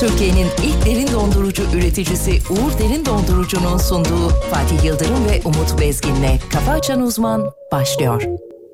Türkiye'nin ilk derin dondurucu üreticisi Uğur Derin Dondurucu'nun sunduğu Fatih Yıldırım ve Umut Bezgin'le Kafa Açan Uzman başlıyor.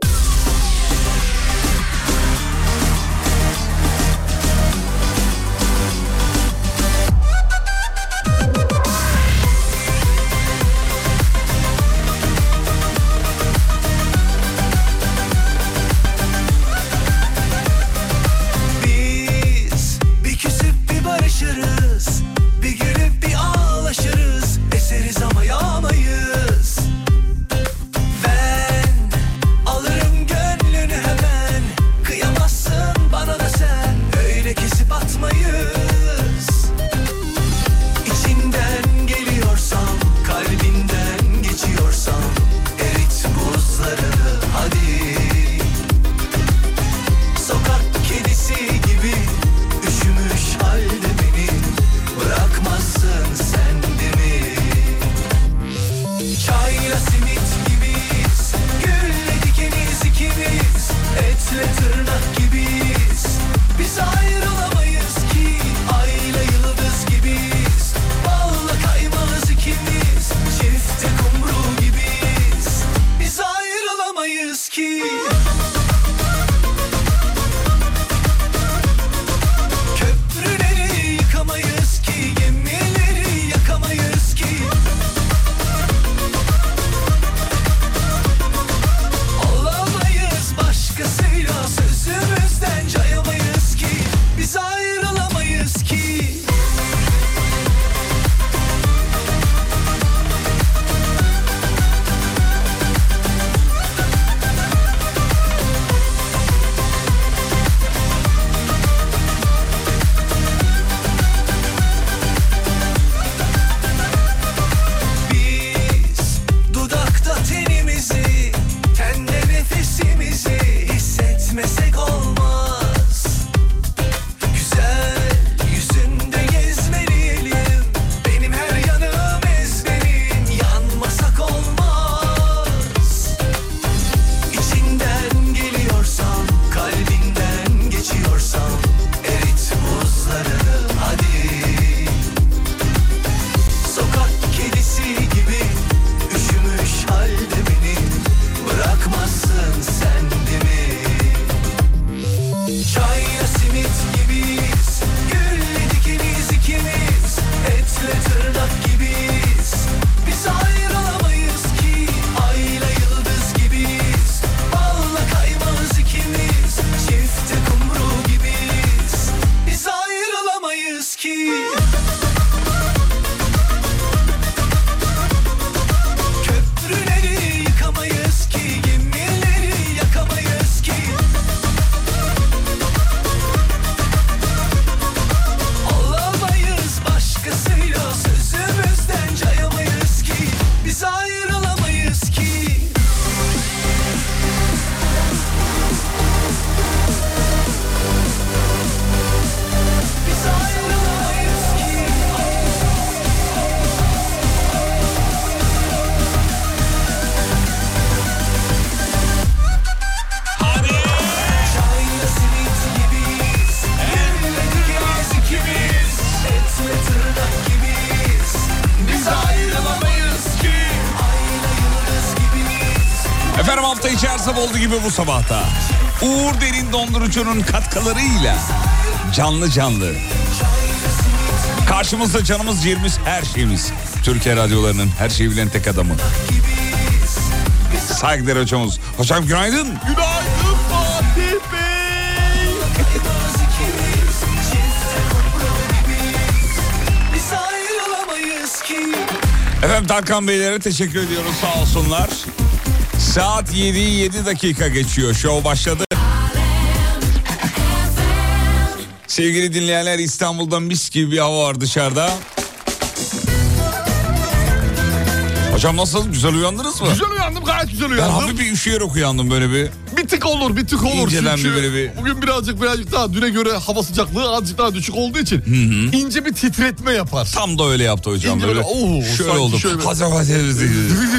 Hafta içi her sabah olduğu gibi bu sabahta Uğur Derin Dondurucu'nun katkılarıyla canlı karşımızda canımız, ciğerimiz, her şeyimiz. Türkiye radyolarının her şeyi bilen tek adamı. Saygıdeğer hocamız. Hocam günaydın. Günaydın Fatih Bey. Efendim Tarkan Beylere teşekkür ediyoruz, sağ olsunlar. Saat 7 dakika geçiyor. Show başladı. Sevgili dinleyenler, İstanbul'da mis gibi bir hava var dışarıda. Hocam nasıl? Güzel uyandınız mı? Güzel uyandım, gayet güzel uyandım. Ben hafif bir üşüyerek uyandım böyle bir. Bir tık olur. İnceden çünkü böyle bir. Bugün birazcık daha düne göre hava sıcaklığı azıcık daha düşük olduğu için ince bir titretme yapar. Tam da öyle yaptı hocam. İnce böyle şöyle oldu. Şöyle.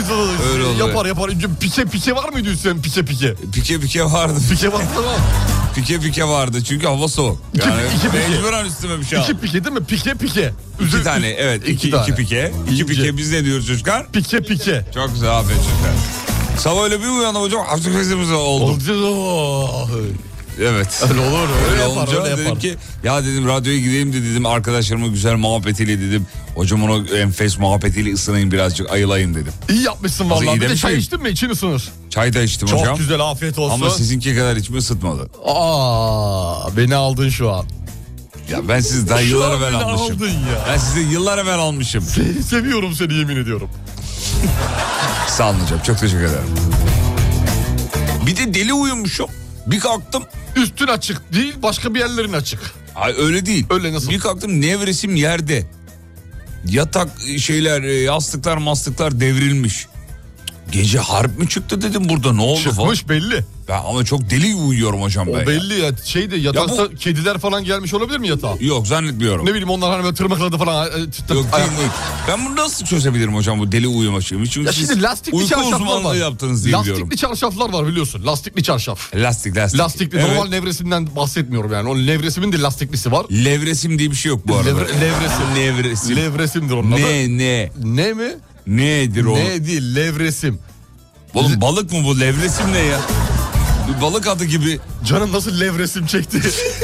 Öyle oldu. Yapar. Pike var mıydı üstüne pike? Pike vardı. Pike var tamam. Pike vardı çünkü hava soğuk. Yani mecburen üstüme bir şey aldım. 2 pike değil mi? Pike. 2 tane evet. 2 pike. 2 pike biz ne diyoruz çocuklar? Pike. Çok güzel aferin çocuklar. Sabah öyle bir uyandım hocam. Hafif sesimiz oldu. Evet. Öyle olur. Öyle olunca yapar. Dedim ki ya dedim radyoya gideyim de dedim arkadaşlarımın güzel muhabbetiyle dedim. Hocamın o enfes muhabbetiyle ısınayım birazcık ayılayım dedim. İyi yapmışsın vallahi. Bir de çay miyim? içtin mi? İçin ısınır. Çay da içtim Çok hocam. Çok güzel afiyet olsun. Ama sizinki kadar içimi ısıtmadı. Beni aldın şu an. Ya ben sizi daha yıllar evvel almışım. Aldın ya. Ben sizi yıllar evvel almışım. Seviyorum seni yemin ediyorum. Sağ olun hocam çok teşekkür ederim. Bir de deli uyumuşum. Bir kalktım. Üstün açık değil başka bir yerlerin açık. Ay öyle değil. Öyle nasıl? Bir kalktım nevresim yerde. Yatak şeyler yastıklar devrilmiş. Gece harp mi çıktı dedim burada ne oldu falan. Çıkmış belli. Ben ama çok deli uyuyorum hocam ben. O belli ya. Yatakta Ya kediler falan gelmiş olabilir mi yatağa? Yok zannetmiyorum. Ne bileyim onlar hani böyle tırmakladı falan. Yok değil. Ben bunu nasıl çözebilirim hocam bu deli uyuma şeyimi? Çünkü Ya şimdi lastikli uyku çarşaflar uzmanlığı var. yaptınız diye biliyorum. Lastikli çarşaflar var biliyorsun. Lastikli çarşaf. Lastikli. Evet. Normal nevresimden bahsetmiyorum yani. O nevresimin de lastiklisi var. Levresim diye bir şey yok bu arada. Nevresim. Levresimdir onun adı. Ne mi? Nedir o? Ne değil levresim. Oğlum balık mı bu? Levresim ne ya? Bir balık adı gibi. Canım nasıl levresim çekti.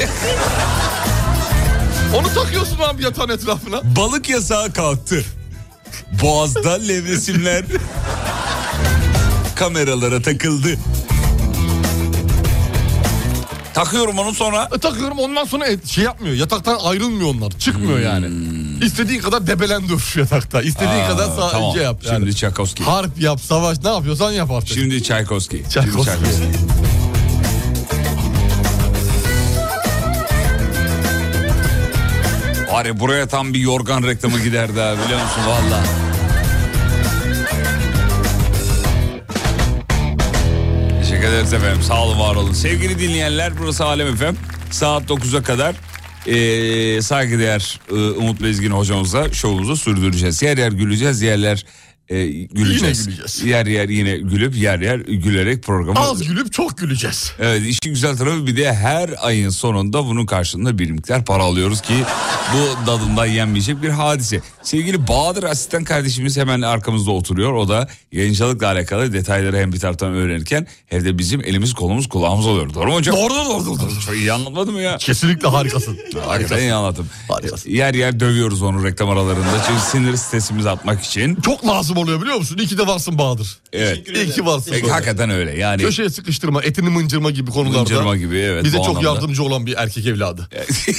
Onu takıyorsun abi yatağın etrafına. Balık yasağı kalktı. Boğaz'da levresimler kameralara takıldı. Takıyorum onu sonra. Takıyorum ondan sonra şey yapmıyor. Yataktan ayrılmıyor onlar. Çıkmıyor yani. İstediğin kadar debelen dur yatakta. İstediğin kadar tamam. yap. Yani. Şimdi Çaykovski. Harp yap, savaş ne yapıyorsan yap artık. Şimdi Çaykovski. Var buraya tam bir yorgan reklamı giderdi ha biliyor musun valla. Teşekkür ederiz efendim sağ olun var olun. Sevgili dinleyenler burası Alem FM saat 9'a kadar saygıdeğer Umut Bezgin hocamızla şovumuzu sürdüreceğiz. Yer yer güleceğiz yerler güleceğiz. Yine güleceğiz. Yer yer yine gülüp yer yer gülerek programı... Az gülüp çok güleceğiz. Evet işin güzel tarafı bir de her ayın sonunda bunun karşılığında bir miktar para alıyoruz ki bu tadından yenmeyecek bir hadise. Sevgili Bahadır asistan kardeşimiz hemen arkamızda oturuyor. O da yayıncılıkla alakalı detayları hem bir taraftan öğrenirken hem de bizim elimiz kolumuz kulağımız oluyor. Doğru mu hocam? Doğru. Çok iyi anlatmadım mı ya? Kesinlikle harikasın. Hakikaten iyi anlattım. Harikasın. Yer yer dövüyoruz onu reklam aralarında. Çünkü sinir stresimizi atmak için. Çok lazım oluyor biliyor musun? İyi ki de varsın Bahadır. Evet. İyi ki varsın. Hakikaten öyle yani. Köşeye sıkıştırma, etini mıncırma gibi konularda. Mıncırma gibi evet. Bize çok yardımcı olan bir erkek evladı.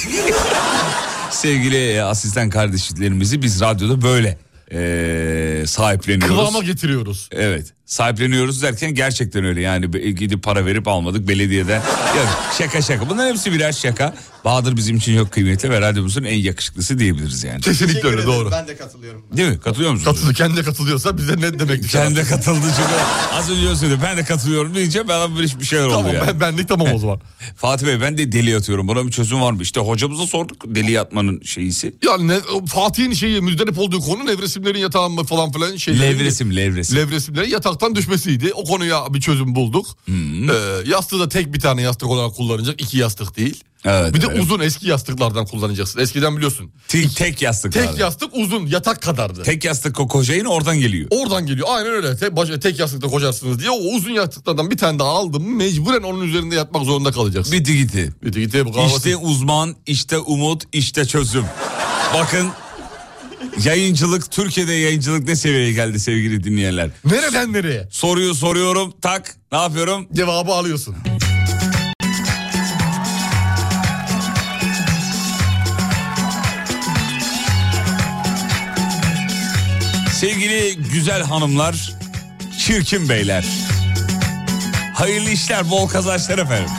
Sevgili asistan kardeşlerimizi biz radyoda böyle sahipleniyoruz. Kıvama getiriyoruz. Evet. Sahipleniyoruz derken gerçekten öyle yani gidip para verip almadık belediyeden. Yani şaka. Bunların hepsi birer şaka. Bahadır bizim için çok kıymetli ve radyomuzun en yakışıklısı diyebiliriz yani. Kesinlikle öyle doğru. Ben de katılıyorum. Değil mi? Katılıyor musun? Kendi de katılıyorsa bize ne demek? Kendi de katıldı çünkü az önce söyledi ben de katılıyorum diyeceğim ben bir şeyler oldu tamam, yani. Benlik tamam o zaman. Fatih Bey ben de deli yatıyorum buna bir çözüm var mı? İşte hocamıza sorduk deli yatmanın şeyisi. Yani Fatih'in müzdarip olduğu konu nevresimlerin yatağın falan filan şeyleri. Levresim. Levresimlerin yataktan düşmesiydi. O konuya bir çözüm bulduk. Yastığı da tek bir tane yastık olarak kullanacak. 2 yastık değil. Evet, bir de uzun eski yastıklardan kullanacaksın. Eskiden biliyorsun. Tek yastık. Tek yastık uzun yatak kadardı. Tek yastık kocayın oradan geliyor. Oradan geliyor aynen öyle. Tek yastıkta kocarsınız diye o uzun yastıklardan bir tane daha aldım. Mecburen onun üzerinde yatmak zorunda kalacaksın. Bitti gitti. İşte uzman, işte umut, işte çözüm. Bakın yayıncılık, Türkiye'de yayıncılık ne seviyeye geldi sevgili dinleyenler. Nereden nereye? Soruyu soruyorum tak ne yapıyorum? Cevabı alıyorsun. Sevgili güzel hanımlar, çirkin beyler. Hayırlı işler, bol kazançlar efendim.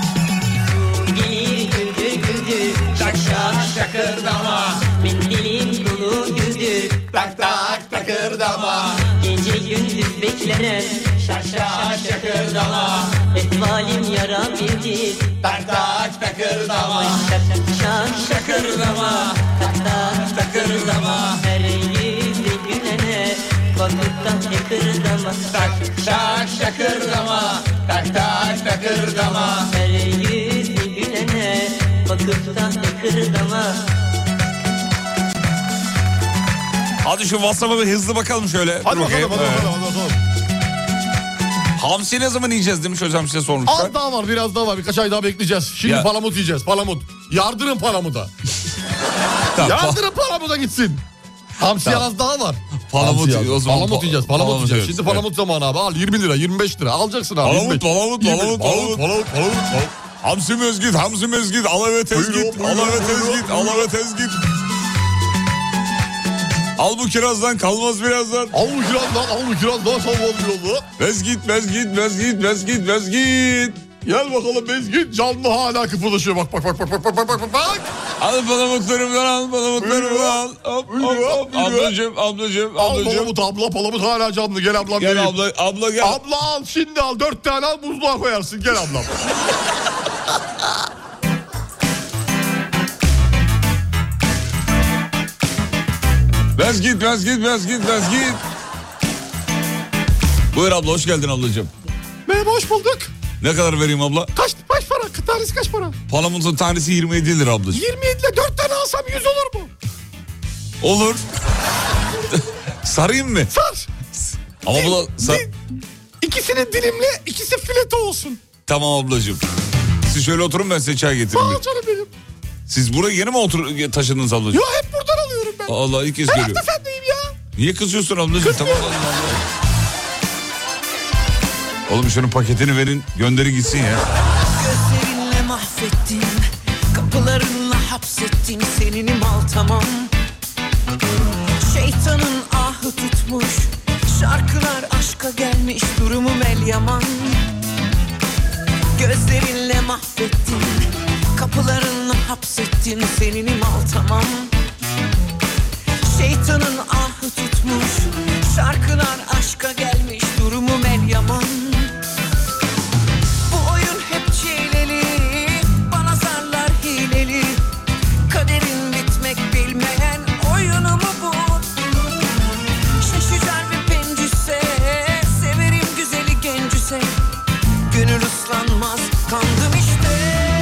Gelir güldür şak şak şakırdama. Mendilim dolu güldür tak tak takırdama. Gece gündüz beklenen şak şak şakırdama. Etvalim yara bildi tak tak takırdama. Şak şak şakırdama tak tak takırdama. Her yüzde gülene vakıftan takırdama. Tak şak şakırdama tak tak takırdama. Her yüzde takırdama. Hadi şu WhatsApp'a bir hızlı bakalım şöyle. Hadi Dur bakalım, bakayım. hadi bakalım. Hamsi ne zaman yiyeceğiz demiş hocam, size sormuşlar. Az daha var, biraz daha var. Birkaç ay daha bekleyeceğiz. Şimdi Ya. palamut yiyeceğiz, palamut. Yardırın palamuda. Tamam, Yardırın palamuda gitsin. Hamsi Tamam. az daha var. Palamut, Hamsi az. o zaman Palamut yiyeceğiz, palamut palamut yiyeceğiz. yiyoruz. Şimdi palamut zamanı abi. Al 20 lira, 25 lira. Alacaksın abi. Palamut, 25. palamut, 20. palamut. Palamut. Hamsi mezgit, hamsi mezgit. Al evet tez Buyurun, git, buyurun, al evet tez buyurun, git, al evet tez git. Al bu kirazdan, kalmaz birazdan. Al bu kirazdan, salmaz birazdan. Mezgit, mezgit, mezgit, mezgit, mezgit. Gel bakalım Bezgin, canlı hala kıpırdaşıyor. Bak. Al palamutlarımdan, al palamutlarımdan. Hop, hop, hop. Buyurun. Ablacığım. Al palamut hala canlı. Gel ablam. Gel vereyim. abla gel. Abla al, şimdi al. 4 tane al, buzluğa koyarsın. Gel ablam. Mezgit. Buyur abla, hoş geldin ablacığım. Merhaba, hoş bulduk. Ne kadar vereyim abla? Kaç para? Tanesi kaç para? Palamutun tanesi 27 lira ablacığım. 27 ile 4 tane alsam 100 olur mu? Olur. Sarayım mı? Sar. Ama bu da... İkisini dilimle, ikisi fileto olsun. Tamam ablacığım. Siz şöyle oturun, ben size çay getireyim. Sağ ol canım benim. Siz buraya yeni mi taşındınız ablacığım? Ya hep buradan alıyorum ben. Allah, ilk kez Her görüyorum. hafta sendeyim ya. Niye kızıyorsun ablacığım? Tamam Allah. Oğlum şunun paketini verin, gönderi gitsin ya. Gözlerinle mahvettin, kapılarınla hapsettin, seninim al tamam. Şeytanın ahı tutmuş, şarkılar aşka gelmiş, durumum el yaman. Gözlerinle mahvettin, kapılarınla hapsettin, seninim al tamam. Şeytanın ahı tutmuş, şarkılar aşka gelmiş, durumum el yaman. Bu oyun hep çileli, bana zarlar hileli. Kaderin bitmek bilmeyen oyunu mu bu? Şaşıcar ve pencüse, severim güzeli gencüse. Gönül ıslanmaz, kandım işte.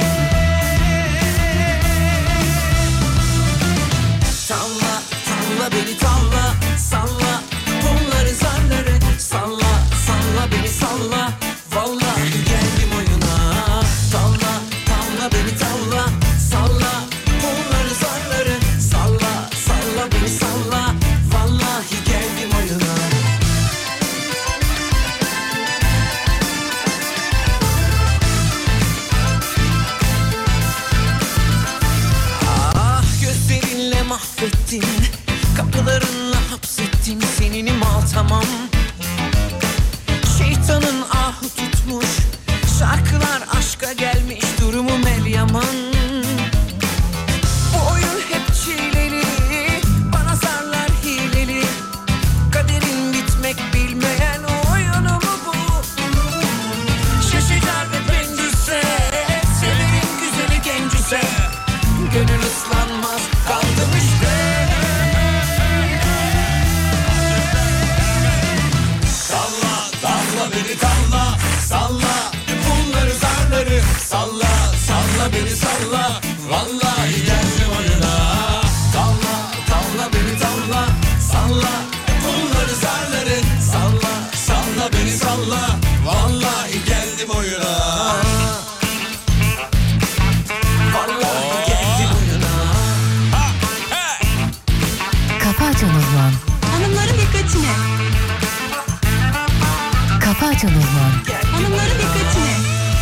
Tavla, tavla beni tavla, salla bunları zarları. Salla, salla beni salla, vallahi geldim oyuna. Tavla, tavla beni tavla, salla bunları zarları. Salla, salla beni salla, vallahi geldim oyuna. Ah, gözlerinle mahvettin, kapılarınla hapsettin, seninim al tamam. Şeytanın ahı tutmuş, şarkılar aşka gelmiş, durumum el yaman. Bu oyun hep çileli, bana zarlar hileli. Kaderin bitmek bilmeyen oyunu mu bu? Şaşıcar ve pencüse, severim güzeli gencüse. Gönül ıslanmaz, kaldım işte. Salla, salla beni salla, salla bunları zarları. Salla, salla beni salla, vallahi geldim oyuna. Salla, salla beni salla, salla bunları zarları. Salla, salla beni salla, vallahi geldim oyuna. Vallahi geldim oyuna. Kafa Açan Uzman. Hanımların dikkatine. Kafa Açan Uzman. Hanımların dikkatine.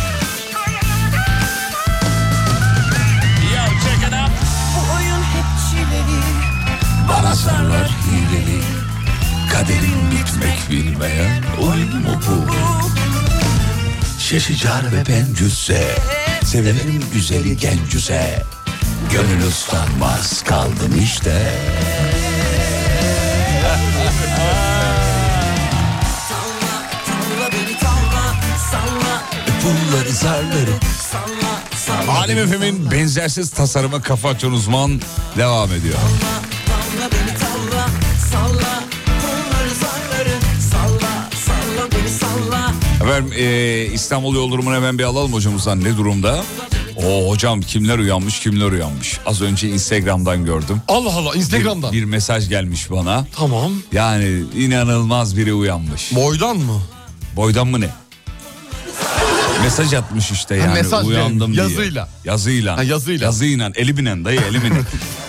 Bu oyun hep çileli, bana zarlar hileli. Kaderin bitmek bilmeyen oyun mu bu? Şaşıcar ve pencüse, severim güzeli gencüse. Gönül ıslanmaz, kaldım işte. Tavla, tavla beni tavla, salla Bunları zarları. salla, salla. Alem Efem'in benzersiz tasarımı Kafa Açan Uzman devam ediyor. Tavla beni tavla, salla bunları zarları. Salla, salla beni salla. Efendim İstanbul yol durumunu hemen bir alalım hocamızdan, ne durumda? Oo hocam kimler uyanmış. Az önce Instagram'dan gördüm. Allah Allah, Instagram'dan. Bir mesaj gelmiş bana. Tamam. Yani inanılmaz biri uyanmış. Boydan mı? Boydan mı ne? Mesaj atmış işte yani mesaj uyandım diye. Yazıyla. Yazıyla. Yazıyla. Eliminen dayı eliminen.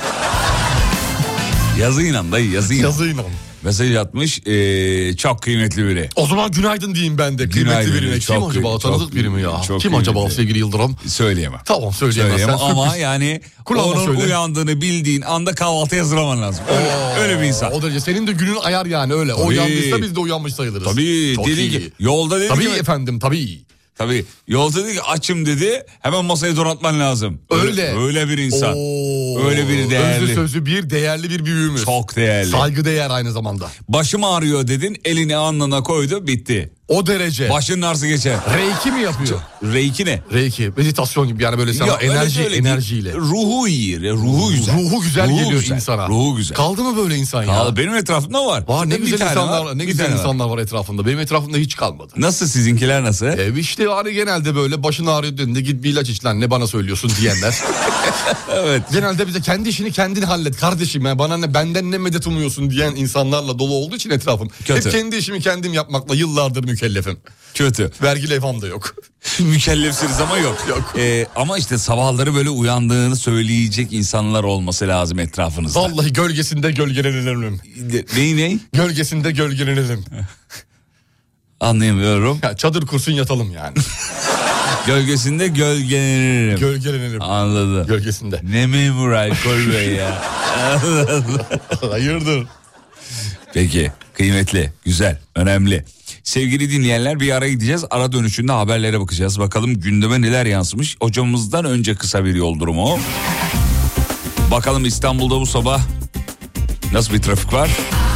Yazıyla dayı yazıyla. Mesaj atmış çok kıymetli biri. O zaman günaydın diyeyim ben de kıymetli birine. Kim acaba, tanıdık biri mi ya? Kim acaba sevgili Yıldırım? Söyleyemem. Tamam söyleyemem ama yani onun uyandığını bildiğin anda kahvaltı hazırlaman lazım. Öyle bir insan. O derece senin de günün ayar yani öyle. O uyandıysa biz de uyanmış sayılırız. Tabii. Dedi ki, yolda dedi tabii ki. Efendim tabii. Tabii yolda dedi ki açım dedi, hemen masayı donatman lazım. Öyle bir insan. Öyle bir değerli. Özlü sözlü bir değerli bir büyüğümüz. Çok değerli. Saygı değer aynı zamanda. Başım ağrıyor dedin, elini alnına koydu, bitti. O derece. Başının ağrısı geçer. Reiki mi yapıyor? Reiki ne? Reiki meditasyon gibi yani böyle sana enerjiyle. Ruhu iyi, ruhu güzel. Ruhu güzel geliyor insana. Ruhu güzel. Kaldı mı böyle insan ya? Kaldı. Benim etrafımda var. Var ne güzel insanlar var. Ne güzel insanlar var etrafında. Benim etrafımda hiç kalmadı. Nasıl, sizinkiler nasıl? İşte hani genelde böyle başın ağrıyor dediğinde git bir ilaç iç lan, ne bana söylüyorsun diyenler. Evet. Genelde bize kendi işini kendin hallet kardeşim ya, bana ne, benden ne medet umuyorsun diyen insanlarla dolu olduğu için etrafım. Kötü. Hep kendi işimi kendim yapmakla yıllardır mükellefim. Kötü. Vergi levham da yok. Mükellefsiniz ama yok. Ama işte sabahları böyle uyandığını söyleyecek insanlar olması lazım etrafınızda. Vallahi gölgesinde gölgelenelim. Ney? Gölgesinde gölgelenelim. Anlayamıyorum. Ya, çadır kursun yatalım yani. Gölgesinde gölgelenelim. Gölgelenelim. Anladım. Gölgesinde. Ne memur alkol bey ya. Hayırdır? Peki, kıymetli, güzel, önemli. Sevgili dinleyenler, bir ara gideceğiz. Ara dönüşünde haberlere bakacağız. Bakalım gündeme neler yansımış. Hocamızdan önce kısa bir yol durumu. Bakalım İstanbul'da bu sabah nasıl bir trafik var?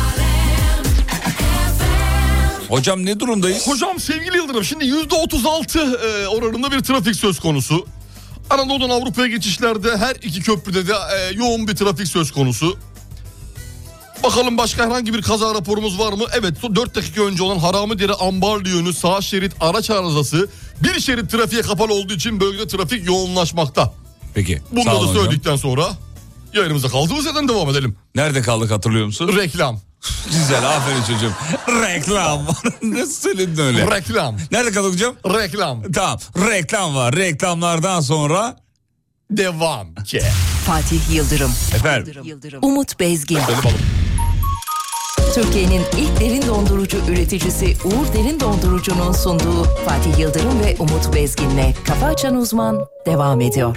Hocam ne durumdayız? Hocam sevgili Yıldırım, şimdi %36 oranında bir trafik söz konusu. Anadolu'dan Avrupa'ya geçişlerde her iki köprüde de yoğun bir trafik söz konusu. Bakalım başka herhangi bir kaza raporumuz var mı? Evet, 4 dakika önce olan Haramidere Ambarlı yönü sağ şerit araç arızası, bir şerit trafiğe kapalı olduğu için bölgede trafik yoğunlaşmakta. Peki. Bunu da söyledikten sonra yayınımıza kaldığımız yerden devam edelim. Nerede kaldık, hatırlıyor musun? Reklam. Güzel, aferin çocuğum. Reklam. Nasıl söyledin öyle? Reklam. Nerede kaldık hocam? Reklam. Tamam, reklam var. Reklamlardan sonra devam ki. Fatih Yıldırım. Efendim. Umut Bezgin. Söyle bakalım. Türkiye'nin ilk derin dondurucu üreticisi Uğur Derin Dondurucu'nun sunduğu Fatih Yıldırım ve Umut Bezgin'le Kafa Açan Uzman devam ediyor.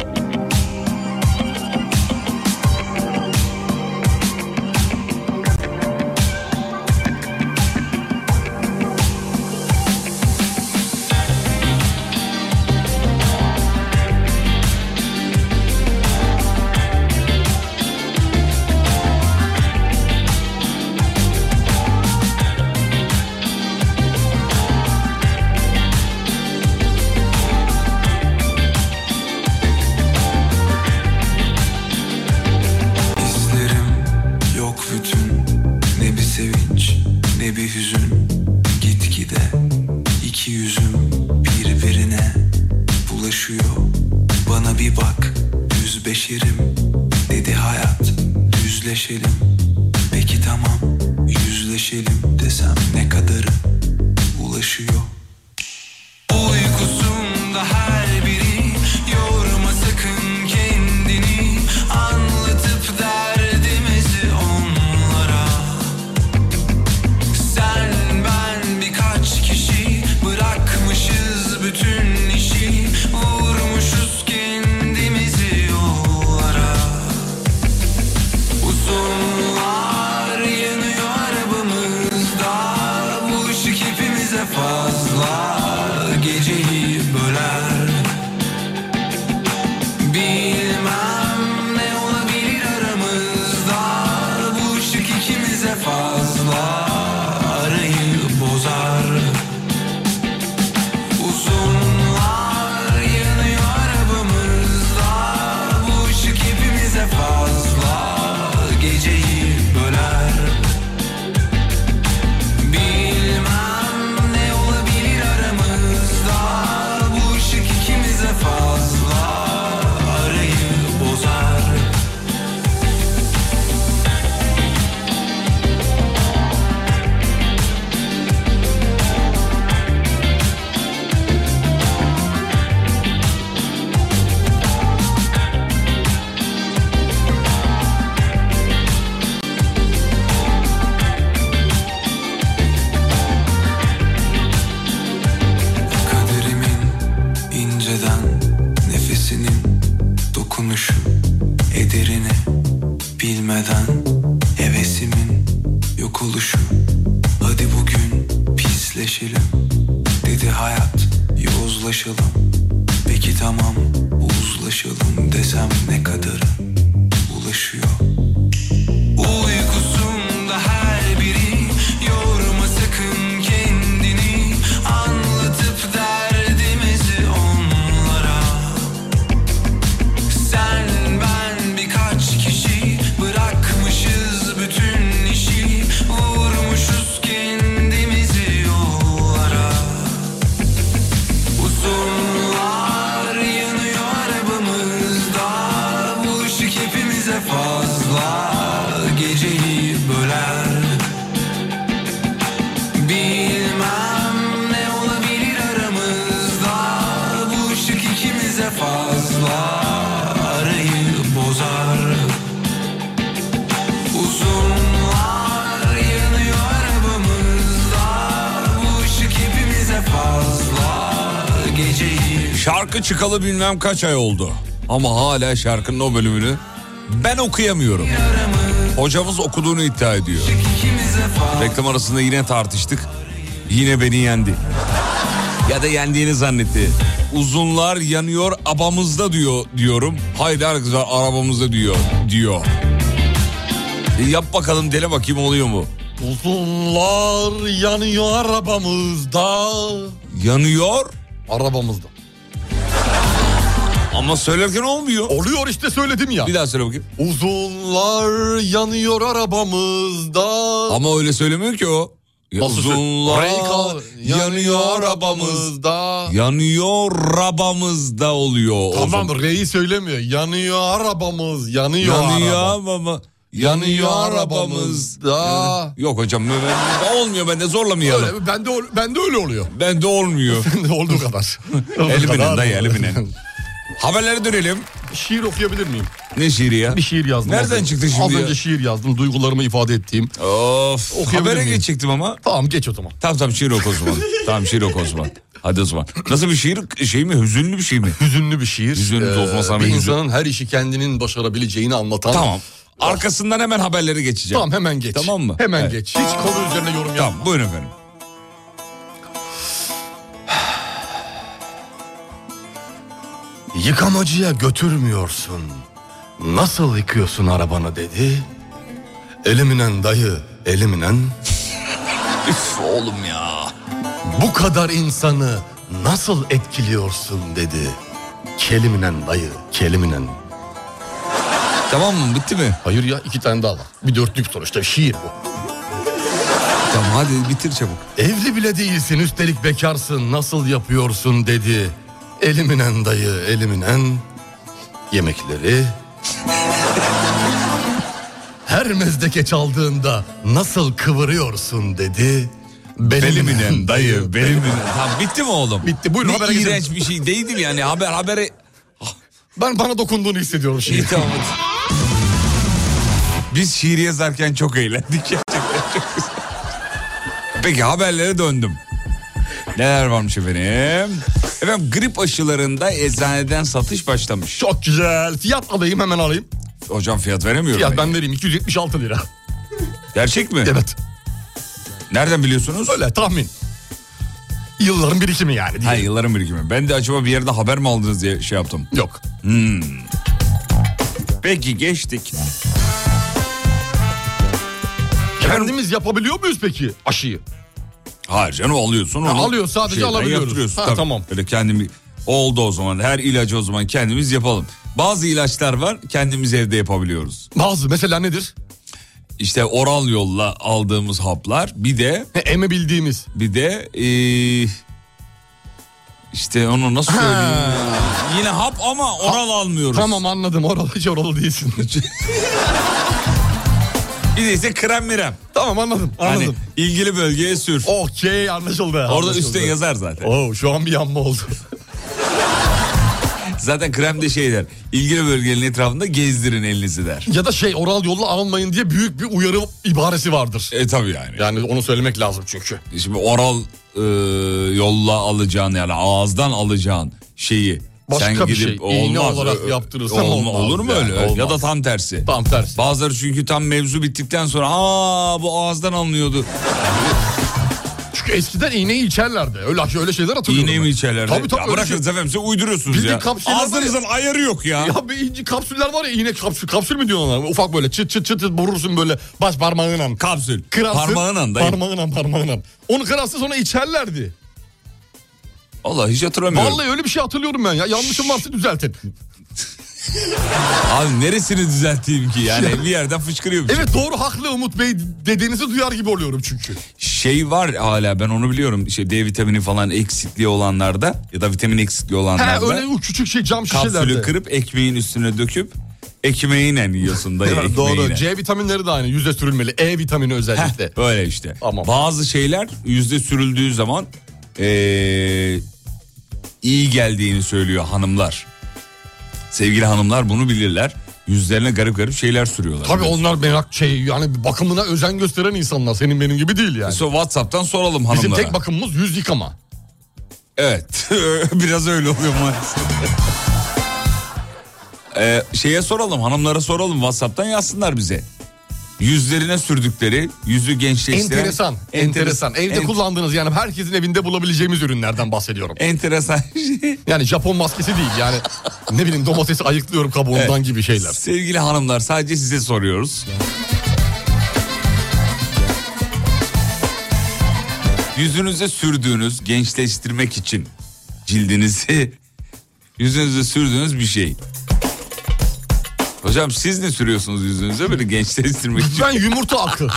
Peki tamam, yüzleşelim desem ne kadarı ulaşıyor. Uykusunda her biri yorma sakın kendini, anlatıp derdimizi onlara. Sen ben birkaç kişi bırakmışız bütün işi, vurmuşuz kendimizi yollara. Uzunlar yanıyor arabamızda, bu ışık hepimize fazla. kaderini bilmeden hevesimin yok oluşu. Hadi bugün pisleşelim dedi hayat, yozlaşalım. Peki tamam uzlaşalım desem ne kadarı ulaşıyor. Uykusunda her biri yorma sakın kendini, anlatıp derdimizi onlara. Sen ben birkaç kişi bırakmışız bütün işi, vurmuşuz kendimizi yollara. Uzunlar yanıyor arabamızda, bu ışık hepimize fazla geceyi böler. Bilmem ne olabilir aramızda, bu ışık ikimize fazla arayı bozar. Uzunlar yanıyor arabamızda, bu ışık hepimize fazla geceyi. Şarkı çıkalı bilmem kaç ay oldu. Ama hala şarkının o bölümünü ben okuyamıyorum. Hocamız okuduğunu iddia ediyor. Reklam arasında yine tartıştık. Yine beni yendi. Ya da yendiğini zannetti. Uzunlar yanıyor abamızda diyorum. Hayır arkadaşlar arabamızda diyor. Yap bakalım, dene bakayım oluyor mu? Uzunlar yanıyor arabamızda. Yanıyor Arabamızda. ama söylerken olmuyor. Oluyor işte, söyledim ya. Bir daha söyle bakayım. Uzunlar yanıyor arabamızda. Ama öyle söylemiyor ki o. Nasıl Uzunlar yanıyor arabamızda. Yanıyor arabamızda oluyor. o Tamam, zaman. R'yi söylemiyor. Yanıyor arabamız. Yanıyor araba. Ama yanıyor arabamızda. Yok hocam olmuyor, bende zorlamayalım. Öyle, bende öyle oluyor. Bende olmuyor. Bende olduğu kadar. Eliminen dayı, eliminen. Haberlere dönelim. Şiir okuyabilir miyim? Ne şiiri ya? Bir şiir yazdım. Nereden çıktı şimdi Az ya? önce şiir yazdım. Duygularımı ifade ettiğim. Of. Okuyabilir Habere miyim? geçecektim ama. Tamam, geç o zaman. Tamam şiir oku o zaman. Tamam şiir oku o zaman. Hadi o zaman. Nasıl bir şiir? Şey mi? Hüzünlü bir şey mi? Hüzünlü bir şiir. Hüzünlü olmasa bir ben hüzün- insanın her işi kendinin başarabileceğini anlatan. Tamam. Arkasından hemen haberlere geçeceğim. Tamam, hemen geç. Tamam mı? Hemen Evet. geç. Hiç konu üzerine yorum yapma. Tamam buyurun efendim. Yıkamacıya götürmüyorsun. Nasıl yıkıyorsun arabanı dedi. Eliminen dayı, eliminen. Üf oğlum ya. Bu kadar insanı nasıl etkiliyorsun dedi. Keliminen dayı, keliminen. Tamam mı? Bitti mi? Hayır ya, 2 tane daha var. Bir dörtlük sonuçta, şiir bu. Tamam hadi bitir çabuk. Evli bile değilsin, üstelik bekarsın, nasıl yapıyorsun dedi. Eliminen dayı, eliminen. Yemekleri. Her mezdeke çaldığında nasıl kıvırıyorsun dedi. Beliminen dayı, beliminen. Tamam bitti mi oğlum? Bitti, buyurun, Ne habere geçelim. iğrenç bir şey değildi mi yani habere... Ben bana dokunduğunu hissediyorum şimdi. İyi tamam hadi. Biz şiir yazarken çok eğlendik gerçekten, çok güzel. Peki haberlere döndüm. Neler varmış efendim? Efendim grip aşılarında eczaneden satış başlamış. Çok güzel. Fiyat alayım, hemen alayım. Hocam fiyat veremiyorum. Fiyat ben vereyim, 276 lira. Gerçek mi? Evet. Nereden biliyorsunuz? Öyle tahmin. Yılların birikimi yani. Ha, Değil. yılların birikimi. Ben de acaba bir yerde haber mi aldınız diye şey yaptım. Yok. Peki geçtik. Kendimiz yapabiliyor muyuz peki aşıyı? Hayır canım alıyorsun onu. alıyor, sadece şeyden alabiliyoruz. yaptırıyorsun. Ha, Tabii. tamam. Böyle kendimi oldu o zaman. Her ilacı o zaman kendimiz yapalım. Bazı ilaçlar var kendimiz evde yapabiliyoruz. Bazı mesela nedir? İşte oral yolla aldığımız haplar. Bir de Emebildiğimiz. işte onu nasıl söyleyeyim? Yine hap ama oral almıyoruz. Tamam, anladım, oralı hiç oralı değilsin. Bir de ise krem mirem. Tamam, anladım. Hani ilgili bölgeye sür. Okey, anlaşıldı. Orada anlaşıldı. üstten yazar zaten. Oo, şu an bir yanma oldu. Zaten krem de şey der. İlgili bölgenin etrafında gezdirin elinizi der. Ya da oral yolla almayın diye büyük bir uyarı ibaresi vardır. Tabii yani. Yani onu söylemek lazım çünkü. Şimdi oral yolla alacağın yani ağızdan alacağın şeyi Başka Sen bir gidip şey. İğne olarak yaptırırsan olmaz. Olur mu yani, öyle? olmaz. Ya da tam tersi. Tam tersi. Bazıları çünkü tam mevzu bittikten sonra bu ağızdan alınıyordu. Çünkü eskiden iğneyi içerlerdi. Öyle şeyler hatırlıyorum. İğneyi mi ben. içerlerdi? Tabii Ya bırakınız efendim, siz uyduruyorsunuz Bildiğin ya. kapsüller var Ağzınızın ayarı yok ya. Ya bir inci kapsüller var ya, iğne kapsül mü diyorlar? Ufak böyle çıt çıt çıt vurursun böyle baş parmağınla. Kapsül. Kırarsın. Parmağınla. Onu kırarsın sonra içerlerdi. Allah, hiç hatırlamıyorum. Vallahi öyle bir şey hatırlıyorum ben ya. Yanlışım varsa düzeltin. Abi neresini düzelteyim ki yani, bir yerden fışkırıyor bir şey. Evet doğru, haklı Umut Bey, dediğinizi duyar gibi oluyorum çünkü. Şey var hala, ben onu biliyorum. D vitamini falan eksikliği olanlarda ya da vitamin eksikliği olanlarda. Öyle o küçük şey cam şişelerde. Kapsülü kırıp ekmeğin üstüne döküp ekmeğiyle yiyorsun dayı, ekmeğiyle. Doğru, C vitaminleri de aynı, yüze sürülmeli. E vitamini özellikle. Öyle işte. Tamam. Bazı şeyler yüzde sürüldüğü zaman iyi geldiğini söylüyor hanımlar. Sevgili hanımlar bunu bilirler. Yüzlerine garip garip şeyler sürüyorlar. Tabii onlar merak yani bakımına özen gösteren insanlar. Senin benim gibi değil yani. WhatsApp'tan soralım hanımlara. Bizim tek bakımımız yüz yıkama. Evet. Biraz öyle oluyor maalesef. Şeye soralım, hanımlara soralım, WhatsApp'tan yazsınlar bize. Yüzlerine sürdükleri, yüzü gençleştiren... Enteresan. Evde kullandığınız, yani herkesin evinde bulabileceğimiz ürünlerden bahsediyorum. Enteresan şey. Yani Japon maskesi değil yani. Ne bileyim, domatesi ayıklıyorum kabuğundan gibi şeyler. Sevgili hanımlar, sadece size soruyoruz. Yüzünüze sürdüğünüz, gençleştirmek için cildinizi, yüzünüze sürdüğünüz bir şey. Hocam siz ne sürüyorsunuz yüzünüze böyle gençleştirmek için? Ben yumurta akı.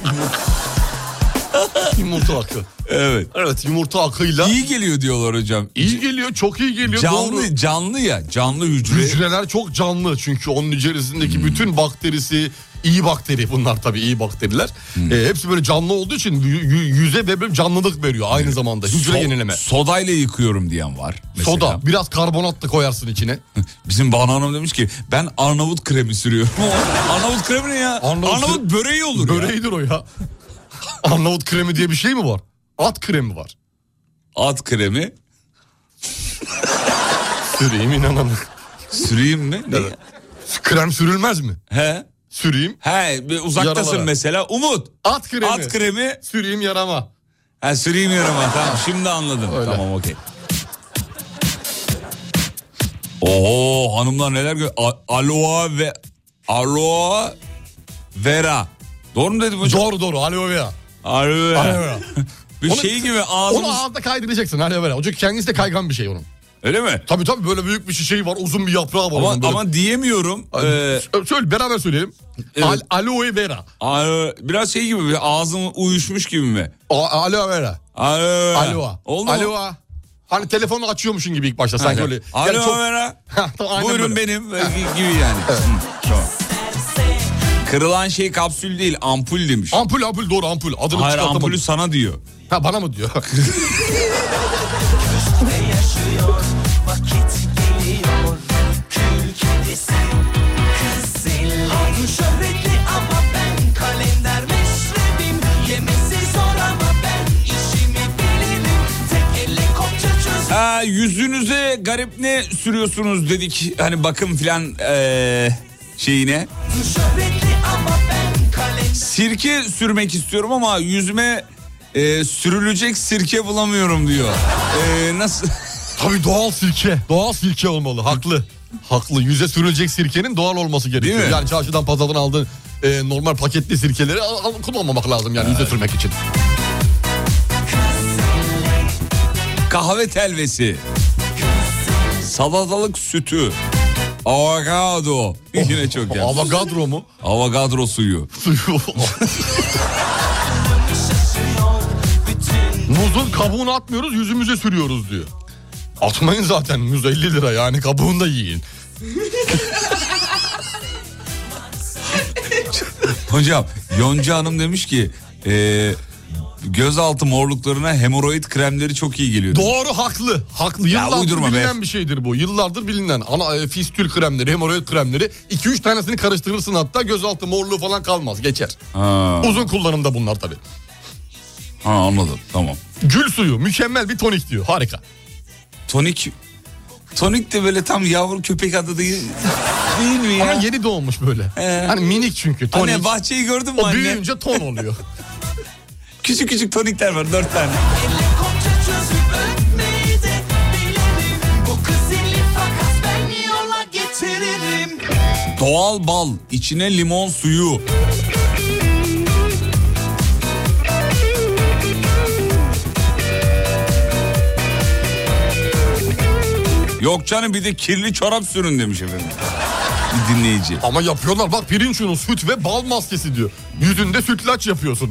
Yumurta akı. Evet. Evet, yumurta akıyla. İyi geliyor diyorlar hocam. İyi geliyor, çok iyi geliyor. Canlı ya, canlı hücre. Hücreler çok canlı çünkü onun içerisindeki bütün bakterisi, iyi bakteri bunlar, tabii iyi bakteriler. Hepsi böyle canlı olduğu için yüze ve böyle canlılık veriyor aynı zamanda. Hücre yenileme. Sodayla yıkıyorum diyen var. Mesela. Soda, biraz karbonat da koyarsın içine. Bizim Banu Hanım demiş ki ben Arnavut kremi sürüyorum. Arnavut kremi ne ya? Arnavut böreği olur. Böreğidir o ya. Arnavut kremi diye bir şey mi var? At kremi var. At kremi. Süreyim, inanın. Süreyim mi? Evet. Krem sürülmez mi? He. Süreyim. He, uzaktasın yaralara. Mesela. Umut. At kremi. At kremi. Süreyim yarama. Ha, süreyim yarama. Tamam, şimdi anladım. Öyle. Tamam, okey. Oo, hanımlar neler aloe vera. Doğru mu dedim hocam? Doğru, aloe vera. Aloe vera. Bir Onu- şey gibi ağzımız... Onu ağızda kaydıracaksın aloe vera. Çünkü kendisi de kaygan bir şey onun. Öyle mi? Tabii böyle büyük bir şişeği var, uzun bir yaprağı var. onun böyle. Ama diyemiyorum. Söyle, beraber söyleyelim. Evet. Aloe vera. Biraz şey gibi, ağzım uyuşmuş gibi mi? Aloe vera. Aloe vera. Aloe. Oldu mu? Aloe. Hani telefonu açıyormuşsun gibi ilk başta sanki öyle. Aloe çok... vera. Tamam, aynen Buyurun böyle. benim gibi yani. Evet. Tamam. Kırılan şey kapsül değil, ampul demiş. Ampul doğru, ampul. Adını Hayır, çıkartamadım. ampulü sana diyor. Ha, bana mı diyor? yaşıyor, vakit geliyor, kül kedisi, kız zilli. Hatun şöhretli ama ben kalender meşrebim, yemesi zor ama ben işimi bilirim, tek elle kopça çöz. Yüzünüze garip ne sürüyorsunuz dedik, hani bakım filan şeyine. Şöhretli ama ben kalender. Sirke sürmek istiyorum ama yüzüme sürülecek sirke bulamıyorum diyor. Nasıl? Tabii doğal sirke olmalı, haklı. Yüze sürülecek sirkenin doğal olması gerekiyor. Değil mi? Yani çarşıdan, pazardan aldığın normal paketli sirkeleri kullanmamak lazım yani yüze sürmek için. Kahve telvesi, salatalık sütü, avokado. Yine çok yani. Avogadro mu? Avogadro suyu. Muzun kabuğunu atmıyoruz, yüzümüze sürüyoruz diyor. Atmayın zaten, muz 50 lira yani, kabuğunu da yiyin. Hocam Yonca Hanım demiş ki gözaltı morluklarına hemoroid kremleri çok iyi geliyor. Doğru, haklı. Yıllardır uydurma bilinen be. bir şeydir bu. Yıllardır bilinen. Fistül kremleri, hemoroid kremleri. 2-3 tanesini karıştırırsın, hatta gözaltı morluğu falan kalmaz, geçer. Ha, Uzun kullanımda bunlar tabii. anladım, tamam. Gül suyu mükemmel bir tonik diyor, harika. Tonik Tonik de böyle tam yavru köpek adı değil mi ya? Ama yeni doğmuş böyle. Hani minik çünkü tonik. Anne bahçeyi gördün mü o anne? büyüyünce ton oluyor. Küçük küçük tonikler var 4 tane. Doğal bal, içine limon suyu. Yok canım bir de kirli çorap sürün demiş efendim. Bir dinleyici. Ama yapıyorlar bak, pirinç unu, süt ve bal maskesi diyor. Yüzünde sütlaç yapıyorsun.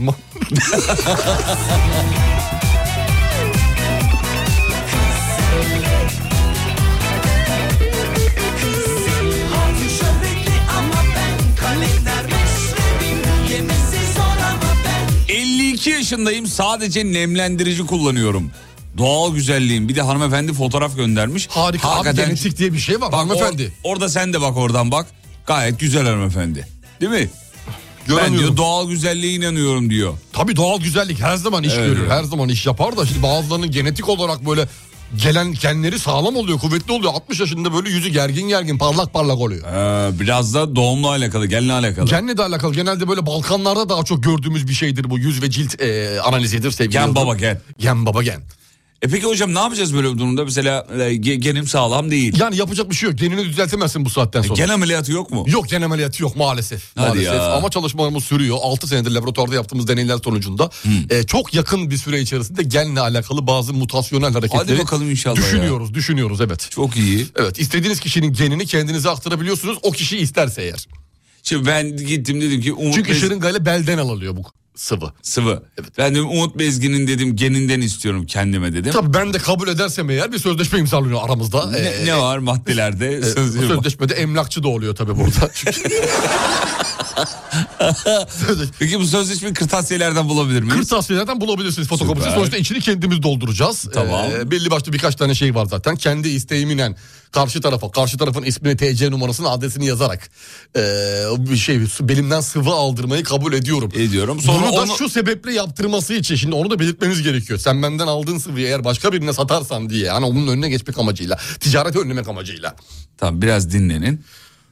Hadi şöhretli ama ben kalender meşrebim. Yemesi zor ama ben 52 yaşındayım, sadece nemlendirici kullanıyorum. Doğal güzelliğim. Bir de hanımefendi fotoğraf göndermiş. Harika abi, genetik diye bir şey var bak, hanımefendi. Orada sen de bak, oradan bak. Gayet güzel hanımefendi. Değil mi? Ben diyor doğal güzelliğe inanıyorum diyor. Tabii doğal güzellik her zaman iş görür. Evet. Her zaman iş yapar da şimdi bazılarının genetik olarak böyle gelen genleri sağlam oluyor, kuvvetli oluyor. 60 yaşında böyle yüzü gergin parlak oluyor. Biraz da doğumla alakalı, genle alakalı. Genle de alakalı. Genelde böyle Balkanlarda daha çok gördüğümüz bir şeydir bu yüz ve cilt analizidir sevgili. Gen baba gen. Gen baba gen. Peki hocam ne yapacağız böyle bir durumda? Mesela genim sağlam değil. Yani yapacak bir şey yok. Genini düzeltemezsin bu saatten sonra. Gen ameliyatı yok mu? Yok, gen ameliyatı yok maalesef. Hadi maalesef. ya. Ama çalışmalarımız sürüyor. 6 senedir laboratuvarda yaptığımız deneyler sonucunda çok yakın bir süre içerisinde genle alakalı bazı mutasyonel hareketleri Hadi bakalım inşallah düşünüyoruz evet. Çok iyi. Evet, istediğiniz kişinin genini kendinize aktarabiliyorsunuz, o kişi isterse eğer. Şimdi ben gittim dedim ki Çünkü şırıngayla belden alınıyor bu sıvı. Evet. Ben de Umut Bezgin'in dedim geninden istiyorum kendime dedim. Tabii ben de kabul edersem eğer bir sözleşme imzalanıyor aramızda. Ne var maddelerde? Sözleşmede emlakçı da oluyor tabii burada. Peki bu sözleşmeyi kırtasiyelerden bulabilir miyiz? Kırtasiyelerden bulabilirsiniz fotokopisi. Süper. Sonuçta içini kendimiz dolduracağız. Tamam. Belli başlı birkaç tane şey var zaten. Kendi isteğimle karşı tarafın ismini, TC numarasını, adresini yazarak bir şey belimden sıvı aldırmayı kabul ediyorum. Sonra bunu da şu sebeple yaptırması için, şimdi onu da belirtmeniz gerekiyor. Sen benden aldığın sıvıyı eğer başka birine satarsan diye, yani onun önüne geçmek amacıyla, ticareti önlemek amacıyla. Tamam, biraz dinlenin.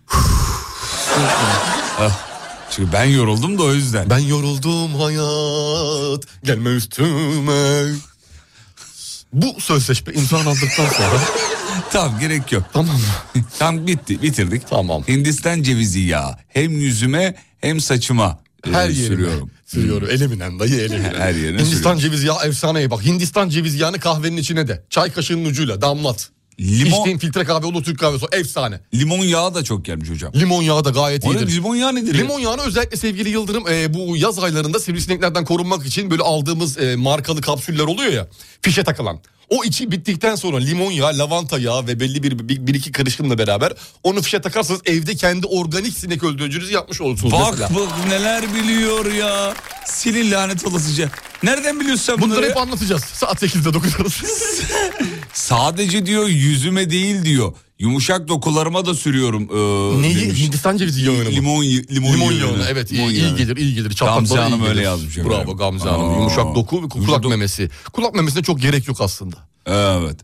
Çünkü ben yoruldum da o yüzden. Ben yoruldum hayat, gelme üstüme. Bu sözleşme imzalandıktan sonra... Tamam, gerek yok. Tamam mı? Tamam, bitirdik. Tamam. Hindistan cevizi yağı hem yüzüme hem saçıma her yerine sürüyorum. Sürüyorum. Eliminen dayı, eliminen. Her yerine Hindistan sürüyorum. cevizi yağı efsaneye bak. Hindistan cevizi yağını kahvenin içine de. Çay kaşığının ucuyla damlat. Limon... İçtiğin filtre kahve olur, Türk kahvesi, efsane. Limon yağı da çok gelmiş hocam. Limon yağı da gayet iyidir. Limon yağı nedir? Limon yağını özellikle sevgili Yıldırım bu yaz aylarında sivrisineklerden korunmak için böyle aldığımız markalı kapsüller oluyor ya, fişe takılan. O içi bittikten sonra limon yağı, lavanta yağı ve belli bir iki karışımla beraber onu fişe takarsanız evde kendi organik sinek öldürücünüzü yapmış olursunuz. Bak mesela. bak neler biliyor ya. Senin lanet olasıca. Nereden biliyorsun sen bunları? Bunları hep anlatacağız. Saat 8'de 9 arası. Sadece diyor yüzüme değil diyor. Yumuşak dokularıma da sürüyorum. Neyi? Demiş. Hindistan cevizi yağını mı? Limon yağını. Evet, iyi gelir. Gamze Hanım öyle yazmış. Bravo Gamze Hanım. Yumuşak doku ve kulak memesi. Kulak memesine çok gerek yok aslında. Evet.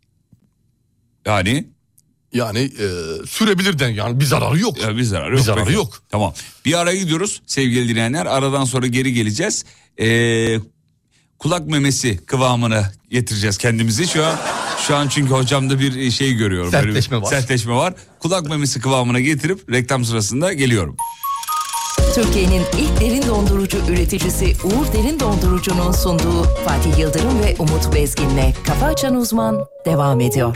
Yani sürebilir yani bir zararı yok. Bir zararı yok. Tamam. Bir araya gidiyoruz sevgili dinleyenler. Aradan sonra geri geleceğiz. Kulak memesi kıvamına getireceğiz kendimizi. Şu an çünkü hocamda bir şey görüyorum. Sertleşme var. Kulak memesi kıvamına getirip reklam sırasında geliyorum. Türkiye'nin ilk derin dondurucu üreticisi Uğur Derin Dondurucu'nun sunduğu Fatih Yıldırım ve Umut Bezgin'le Kafa Açan Uzman devam ediyor.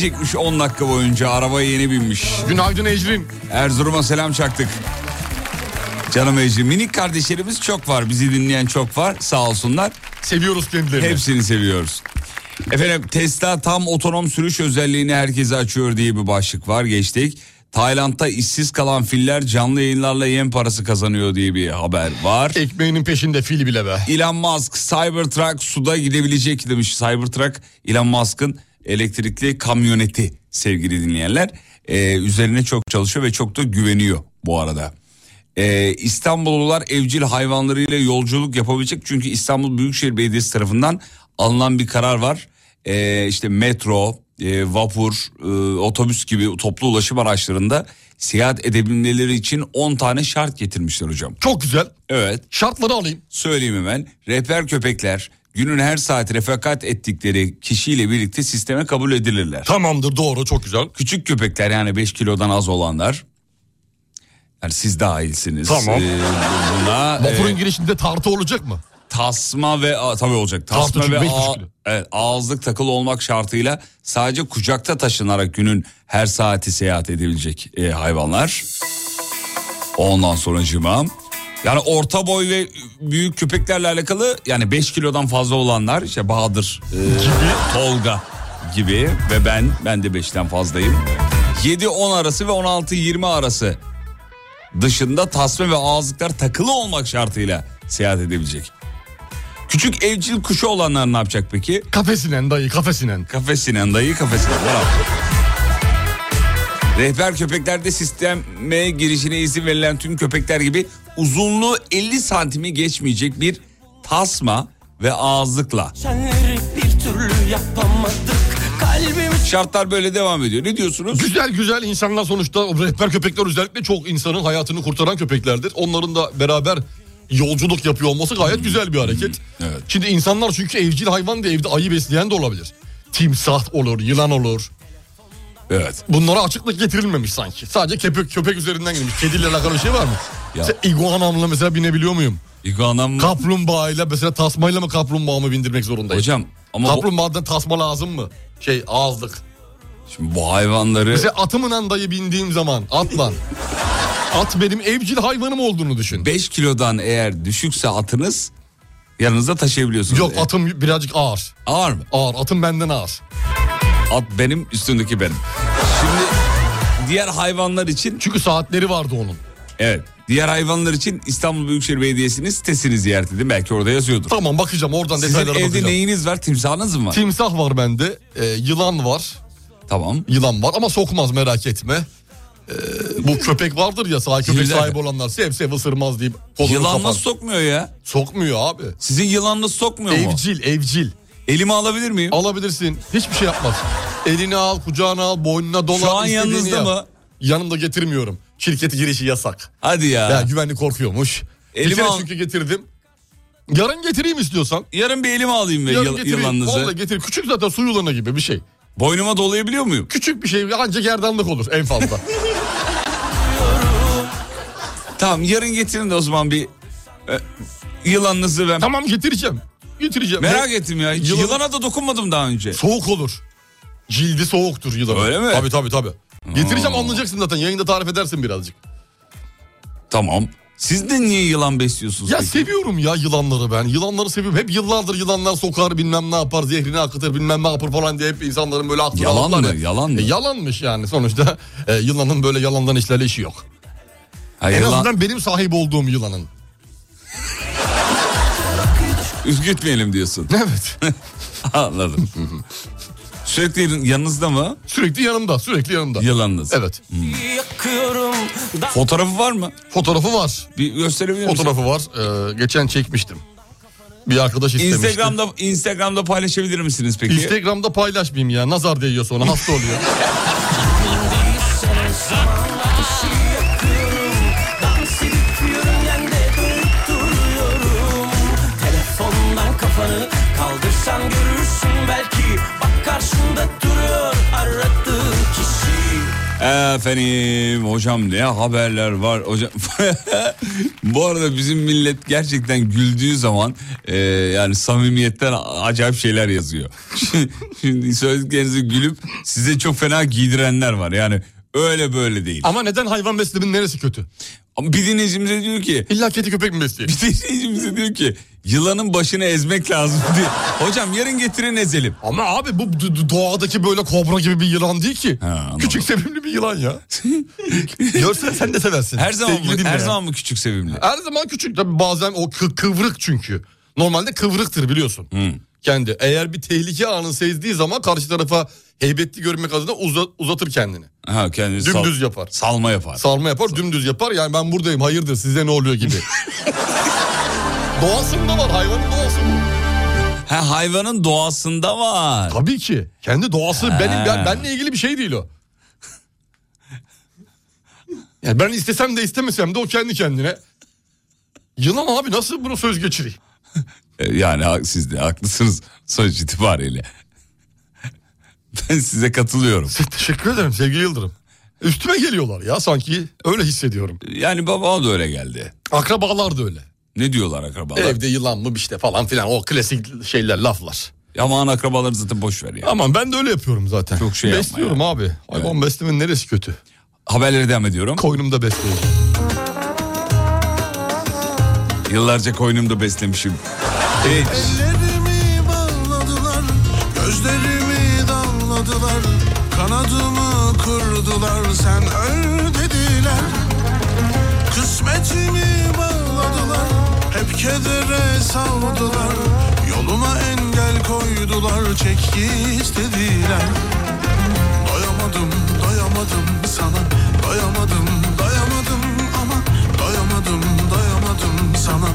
dinleyecekmiş 10 dakika boyunca. Arabaya yeni binmiş. Günaydın Ecrin. Erzurum'a selam çaktık. Canım Ecrin. Minik kardeşlerimiz çok var. Bizi dinleyen çok var. Sağ olsunlar. Seviyoruz kendilerini. Hepsini seviyoruz. Efendim Tesla tam otonom sürüş özelliğini herkese açıyor diye bir başlık var. Geçtik. Tayland'da işsiz kalan filler canlı yayınlarla yem parası kazanıyor diye bir haber var. Ekmeğinin peşinde fil bile be. Elon Musk Cybertruck suda gidebilecek demiş. Cybertruck Elon Musk'ın elektrikli kamyoneti sevgili dinleyenler. Üzerine çok çalışıyor ve çok da güveniyor bu arada. İstanbullular evcil hayvanlarıyla yolculuk yapabilecek. Çünkü İstanbul Büyükşehir Belediyesi tarafından alınan bir karar var. İşte metro, vapur, otobüs gibi toplu ulaşım araçlarında seyahat edebilmeleri için 10 tane şart getirmişler hocam. Çok güzel. Evet. Şartları alayım. Söyleyeyim hemen. Rehber köpekler günün her saati refakat ettikleri kişiyle birlikte sisteme kabul edilirler. Tamamdır, doğru, çok güzel. Küçük köpekler yani 5 kilodan az olanlar. Yani siz dahilsiniz. Tamam. Buna Vapurun girişinde tartı olacak mı? tasma ve tabii olacak. Tasma Tartı ve çünkü 5,5 kilo. evet, ağızlık takılı olmak şartıyla sadece kucakta taşınarak günün her saati seyahat edebilecek hayvanlar. Ondan sonracığıma yani orta boy ve büyük köpeklerle alakalı yani 5 kilodan fazla olanlar işte Bahadır, Tolga gibi ve ben de 5'ten fazlayım. 7-10 arası ve 16-20 arası dışında tasma ve ağızlıklar takılı olmak şartıyla seyahat edebilecek. Küçük evcil kuşu olanlar ne yapacak peki? Kafesinen dayı, kafesinen. Kafesinen dayı, kafesinen. Bravo. Rehber köpeklerde sisteme girişine izin verilen tüm köpekler gibi uzunluğu 50 santimi geçmeyecek bir tasma ve ağızlıkla. Bir türlü yapamadık. Kalbimiz Şartlar böyle devam ediyor. Ne diyorsunuz? Güzel güzel, insanlar sonuçta rehber köpekler özellikle çok insanın hayatını kurtaran köpeklerdir. Onların da beraber yolculuk yapıyor olması gayet güzel bir hareket. Evet. Şimdi insanlar çünkü evcil hayvan da evde ayı besleyen de olabilir. Timsah olur, yılan olur. Evet. Bunlara açıklık getirilmemiş sanki. Sadece köpek üzerinden gitmiş. Kediyle alakalı bir şey var mı? Ya. Mesela iguanamla mesela binebiliyor muyum? İguanam... Kaplumbağayla mesela tasmayla mı kaplumbağamı bindirmek zorundayım? Hocam ama Kaplumbağadan tasma lazım mı? Ağızlık. şimdi bu hayvanları... Mesela atımla dayı bindiğim zaman atla. At benim evcil hayvanım olduğunu düşün. 5 kilodan eğer düşükse atınız yanınızda taşıyabiliyorsunuz. Yok, atım birazcık ağır. Ağır mı? Ağır, atım benden ağır. At benim, üstündeki benim. Şimdi diğer hayvanlar için... Çünkü saatleri vardı onun. Evet. Diğer hayvanlar için İstanbul Büyükşehir Belediyesi'nin sitesini ziyaret edin. Belki orada yazıyordur. Tamam, bakacağım oradan, Sizin detaylara evde bakacağım. neyiniz var? Timsahınız mı var? Timsah var bende. Yılan var. Tamam. Yılan var ama sokmaz, merak etme. Bu köpek vardır ya, köpek Yılan. sahibi olanlar sev ısırmaz deyip kolunu Yılan kapar. nasıl sokmuyor ya? Sokmuyor abi. Sizin yılanınız sokmuyor mu? Evcil. Elimi alabilir miyim? Alabilirsin. Hiçbir şey yapmaz. Elini al, kucağına al, boynuna dola. Şu an istediğini yanınızda yap. mı? Yanımda getirmiyorum. Şirketi girişi yasak. Hadi ya. Ya güvenlik korkuyormuş. Elimi Bir kere al. çünkü getirdim. Yarın getireyim istiyorsan. Yarın bir elimi alayım ve Yarın getireyim. yılanınızı. Vallahi getir. Küçük zaten, su yılanı gibi bir şey. Boynuma dolayabiliyor muyum? Küçük bir şey, ancak gerdanlık olur en fazla. Tamam, yarın getirin de o zaman bir yılanınızı ben... Tamam, getireceğim. Merak ettim ya. Hiç Yılan- yılana da dokunmadım daha önce. Soğuk olur. Cildi soğuktur yılan. Öyle mi? Tabii. Getireceğim, anlayacaksın zaten. Yayında tarif edersin birazcık. Tamam. Siz de niye yılan besliyorsunuz Ya peki? seviyorum ya yılanları ben. Yılanları seviyorum. Hep yıllardır yılanlar sokar, bilmem ne yapar, zehrini akıtır, bilmem ne yapar falan diye hep insanların böyle aklına Yalan aldılar mı? ya. Yalan mı? Yalanmış yani sonuçta. Yılanın böyle yalandan işlerle işi yok. Ha, En yılan... azından benim sahip olduğum yılanın. Üzgütmeyelim diyorsun. Evet. Anladım. Sürekli yanınızda mı Sürekli yanımda. yılanınız? Evet. yakıyorum. Fotoğrafı var mı? Fotoğrafı var. Bir gösterebilir misin? Fotoğrafı var. Geçen çekmiştim. Bir arkadaş istemişti. Instagram'da paylaşabilir misiniz peki? Instagram'da paylaşmayayım ya. Nazar değiyor sonra, hasta oluyor. Dans edip yörüngende dönüp duruyorum. Telefondan kafanı kaldırsan görürsün belki. Bak karşında duruyor aradığın kişi. Efendim hocam ne haberler var hocam. Bu arada bizim millet gerçekten güldüğü zaman yani samimiyetten acayip şeyler yazıyor. Şimdi söylediklerinizi gülüp size çok fena giydirenler var yani öyle böyle değil. Ama neden hayvan beslemenin neresi kötü? Ama bir dinleyicimize diyor ki. İlla kedi köpek mi besleyelim? Bir dinleyicimize diyor ki yılanın başını ezmek lazım diye. Hocam yarın getirin ezelim. Ama abi bu doğadaki böyle kobra gibi bir yılan değil ki. Küçük sevimli bir yılan ya. Görsen sen de seversin. Her zaman mı küçük sevimli? Her zaman küçük tabii bazen o kıvrık çünkü. Normalde kıvrıktır biliyorsun. Kendi eğer bir tehlike anı sezdiği zaman karşı tarafa heybetli görmek adına uzatır kendini. Ha, kendini dümdüz yapar. Salma yapar. Salma yapar, dümdüz yapar. Yani ben buradayım, hayırdır size ne oluyor gibi. Doğasında var, hayvanın doğası bu. Ha, hayvanın doğasında var. Tabii ki. Kendi doğası benimle ilgili bir şey değil o. Yani ben istesem de istemesem de o kendi kendine. Yılan abi nasıl bunu söz geçireyim? Yani siz de haklısınız sonuç itibariyle. Ben size katılıyorum. Teşekkür ederim sevgili Yıldırım. Üstüme geliyorlar ya sanki öyle hissediyorum. Yani baba da öyle geldi. Akrabalar da öyle. Ne diyorlar akrabalar? Evde yılan mı işte falan filan o klasik şeyler laflar. Aman akrabaları zaten boş ver ya. Aman ben de öyle yapıyorum zaten. Çok şey besliyorum yapma ya. abi. Hayvan beslemenin neresi kötü? Haberleri devam ediyorum. Koynumda besleyeceğim. Yıllarca koynumda beslemişim. Evet. Ellerimi bağladılar, gözlerimi damladılar, kanadımı kırdılar, sen öl dediler. Kısmetimi bağladılar, hep kedere savdular, yoluma engel koydular, çek git dediler. Doyamadım sana, doyamadım ama doyamadım sana.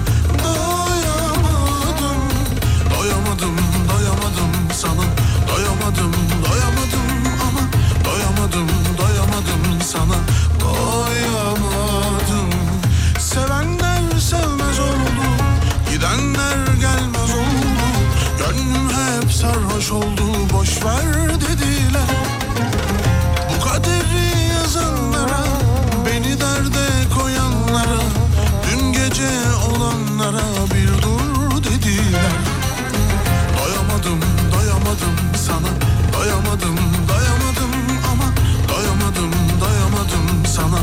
Doyamadım sana, doyamadım ama doyamadım sana. Doyamadım. Sevenler sevmez oldu, gidenler gelmez oldu, gönlüm hep sarhoş oldu, boş ver dediler. Bu kaderi yazanlara, beni derde koyanlara, dün gece olanlara bir dur dediler. Doyamadım sana, doyamadım ama doyamadım sana.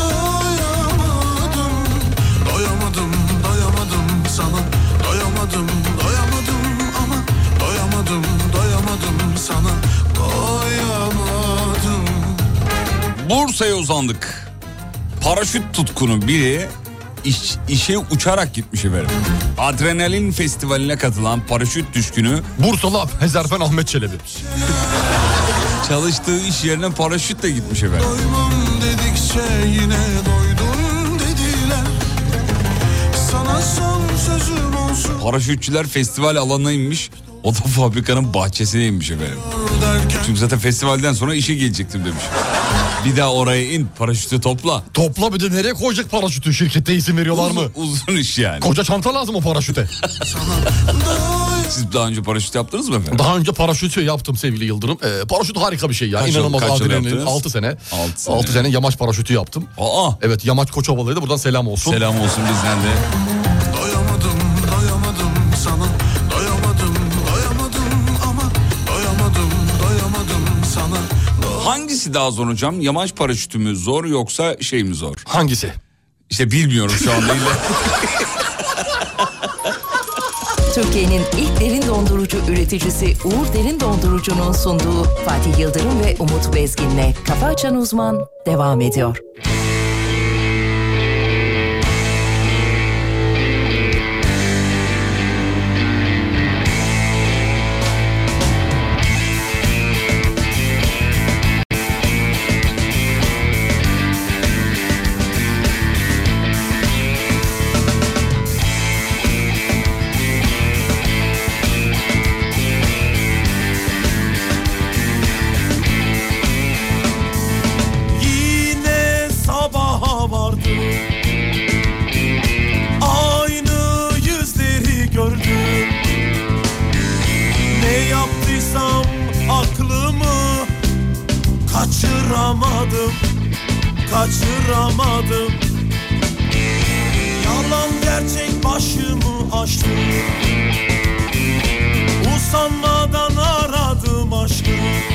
Doyamadım sana, doyamadım ama doyamadım sana. Doyamadım. Bursa'ya uzandık. Paraşüt tutkunu biri işe uçarak gitmiş efendim. Adrenalin festivaline katılan paraşüt düşkünü Bursalı Hezarfen Ahmet Çelebi. Çalıştığı iş yerine paraşütle gitmiş efendim. Doymam dedikçe yine doydun dediler. Sana son sözüm olsun. Paraşütçüler festival alanına inmiş. O da fabrikanın bahçesine inmiş efendim. Çünkü zaten festivalden sonra işe gelecektim demiş. Bir daha oraya in, paraşütü topla. Topla bir de nereye koyacak paraşütü? Şirkette izin veriyorlar mı? Uzun iş yani. Koca çanta lazım o paraşüte. Siz daha önce paraşüt yaptınız mı efendim? Daha önce paraşütü yaptım sevgili Yıldırım. Paraşüt harika bir şey ya. İnanılmaz adrenalin. 6 sene. 6 sene yamaç paraşütü yaptım. Aa. Evet, yamaç Koçovalı'ydı. Buradan selam olsun. Selam olsun bizden de. Doyamadım sana, doyamadım ama doyamadım sana. Hangisi daha zor hocam? Yamaç paraşütü mü zor yoksa şey mi zor? Hangisi? İşte bilmiyorum şu anda. Türkiye'nin ilk derin dondurucu üreticisi Uğur Derin Dondurucu'nun sunduğu Fatih Yıldırım ve Umut Bezgin'le Kafa Açan Uzman devam ediyor. Kaçıramadım, kaçıramadım. Yalan gerçek başımı açtı. Usanmadan aradım aşkı.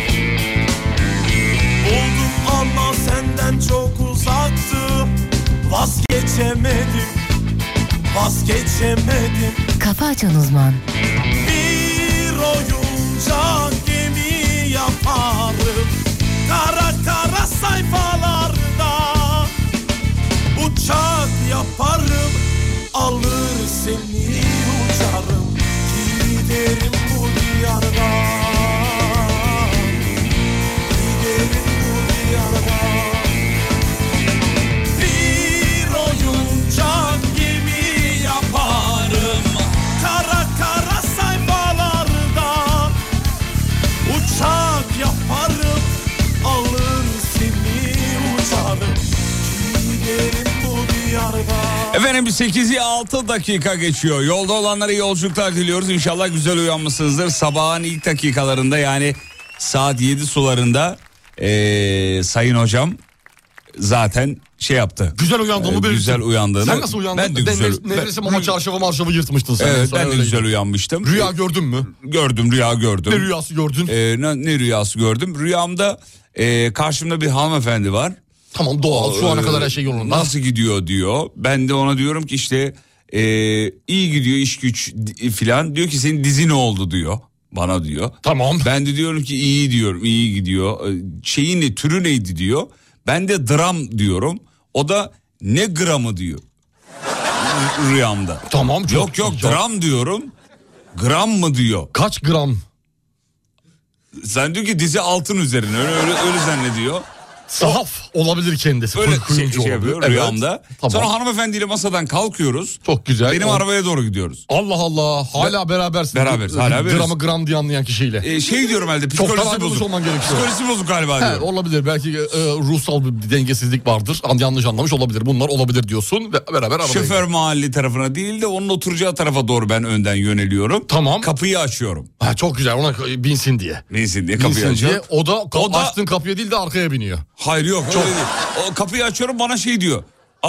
Buldum ama senden çok uzaktım. Vazgeçemedim, vazgeçemedim. Kafa Açan Uzman. Bir oyuncak gemi yaparım, kara kara sayfalarda. Uçak yaparım, alır seni uçarım. Giderim bu diyardan, giderim bu diyardan. Bir oyuncak gemi yaparım, kara kara sayfalarda. Uçak yaparım, alır seni uçarım. Giderim bu diyardan. Efendim 8'i 6 dakika geçiyor. Yolda olanlara iyi yolculuklar diliyoruz. İnşallah güzel uyanmışsınızdır. Sabahın ilk dakikalarında, yani saat 7 sularında Sayın Hocam zaten şey yaptı. Güzel uyandığımı belirttim. Güzel uyandığını. Sen nasıl uyandın? Ben de güzel. Nevresim ama çarşafı marşafı yırtmıştın sen. Evet, ben de güzel uyanmıştım. Rüya gördün mü? Gördüm, rüya gördüm. Ne rüyası gördün? Ne rüyası gördüm? Rüyamda karşımda bir hanımefendi var. Tamam, doğal, şu ana kadar her şey yolunda. Nasıl gidiyor diyor. Ben de ona diyorum ki işte iyi gidiyor, iş güç filan. Diyor ki senin dizin ne oldu diyor. Bana diyor. Tamam. Ben de diyorum ki iyi diyorum, iyi gidiyor. Şeyin ne, türü neydi diyor. Ben de dram diyorum. O da ne gramı diyor. Rüyamda. Tamam. Yok dram diyorum. Gram mı diyor. Kaç gram? Sen diyor ki dizi altın üzerine, öyle zannediyor. Sahaf olabilir kendisi. Öyle Kuyumcu şey yapıyor olabilir. rüyamda. Tamam. Sonra hanımefendiyle masadan kalkıyoruz. Çok güzel. Benim arabaya doğru gidiyoruz. Allah Allah. Hala berabersin. Beraberiz, hala beraberiz. Gramı gram diye anlayan kişiyle. Şey diyorum herhalde, Çoktan psikolojisi ayrılmış bozuk. olman gerekiyor. Psikolojisi bozuk galiba He, diyorum. olabilir. Belki ruhsal bir dengesizlik vardır. Yanlış anlamış olabilir. Bunlar olabilir diyorsun ve beraber arabaya Şoför mahalli tarafına değil de onun oturacağı tarafa doğru ben önden yöneliyorum. Tamam. Kapıyı açıyorum. Ha, çok güzel, ona binsin diye. Binsin diye kapıyı açıyorum. O da açtığın kapıya değil de arkaya biniyor. Hayır, yok. Öyle değil. O kapıyı açıyorum, bana şey diyor.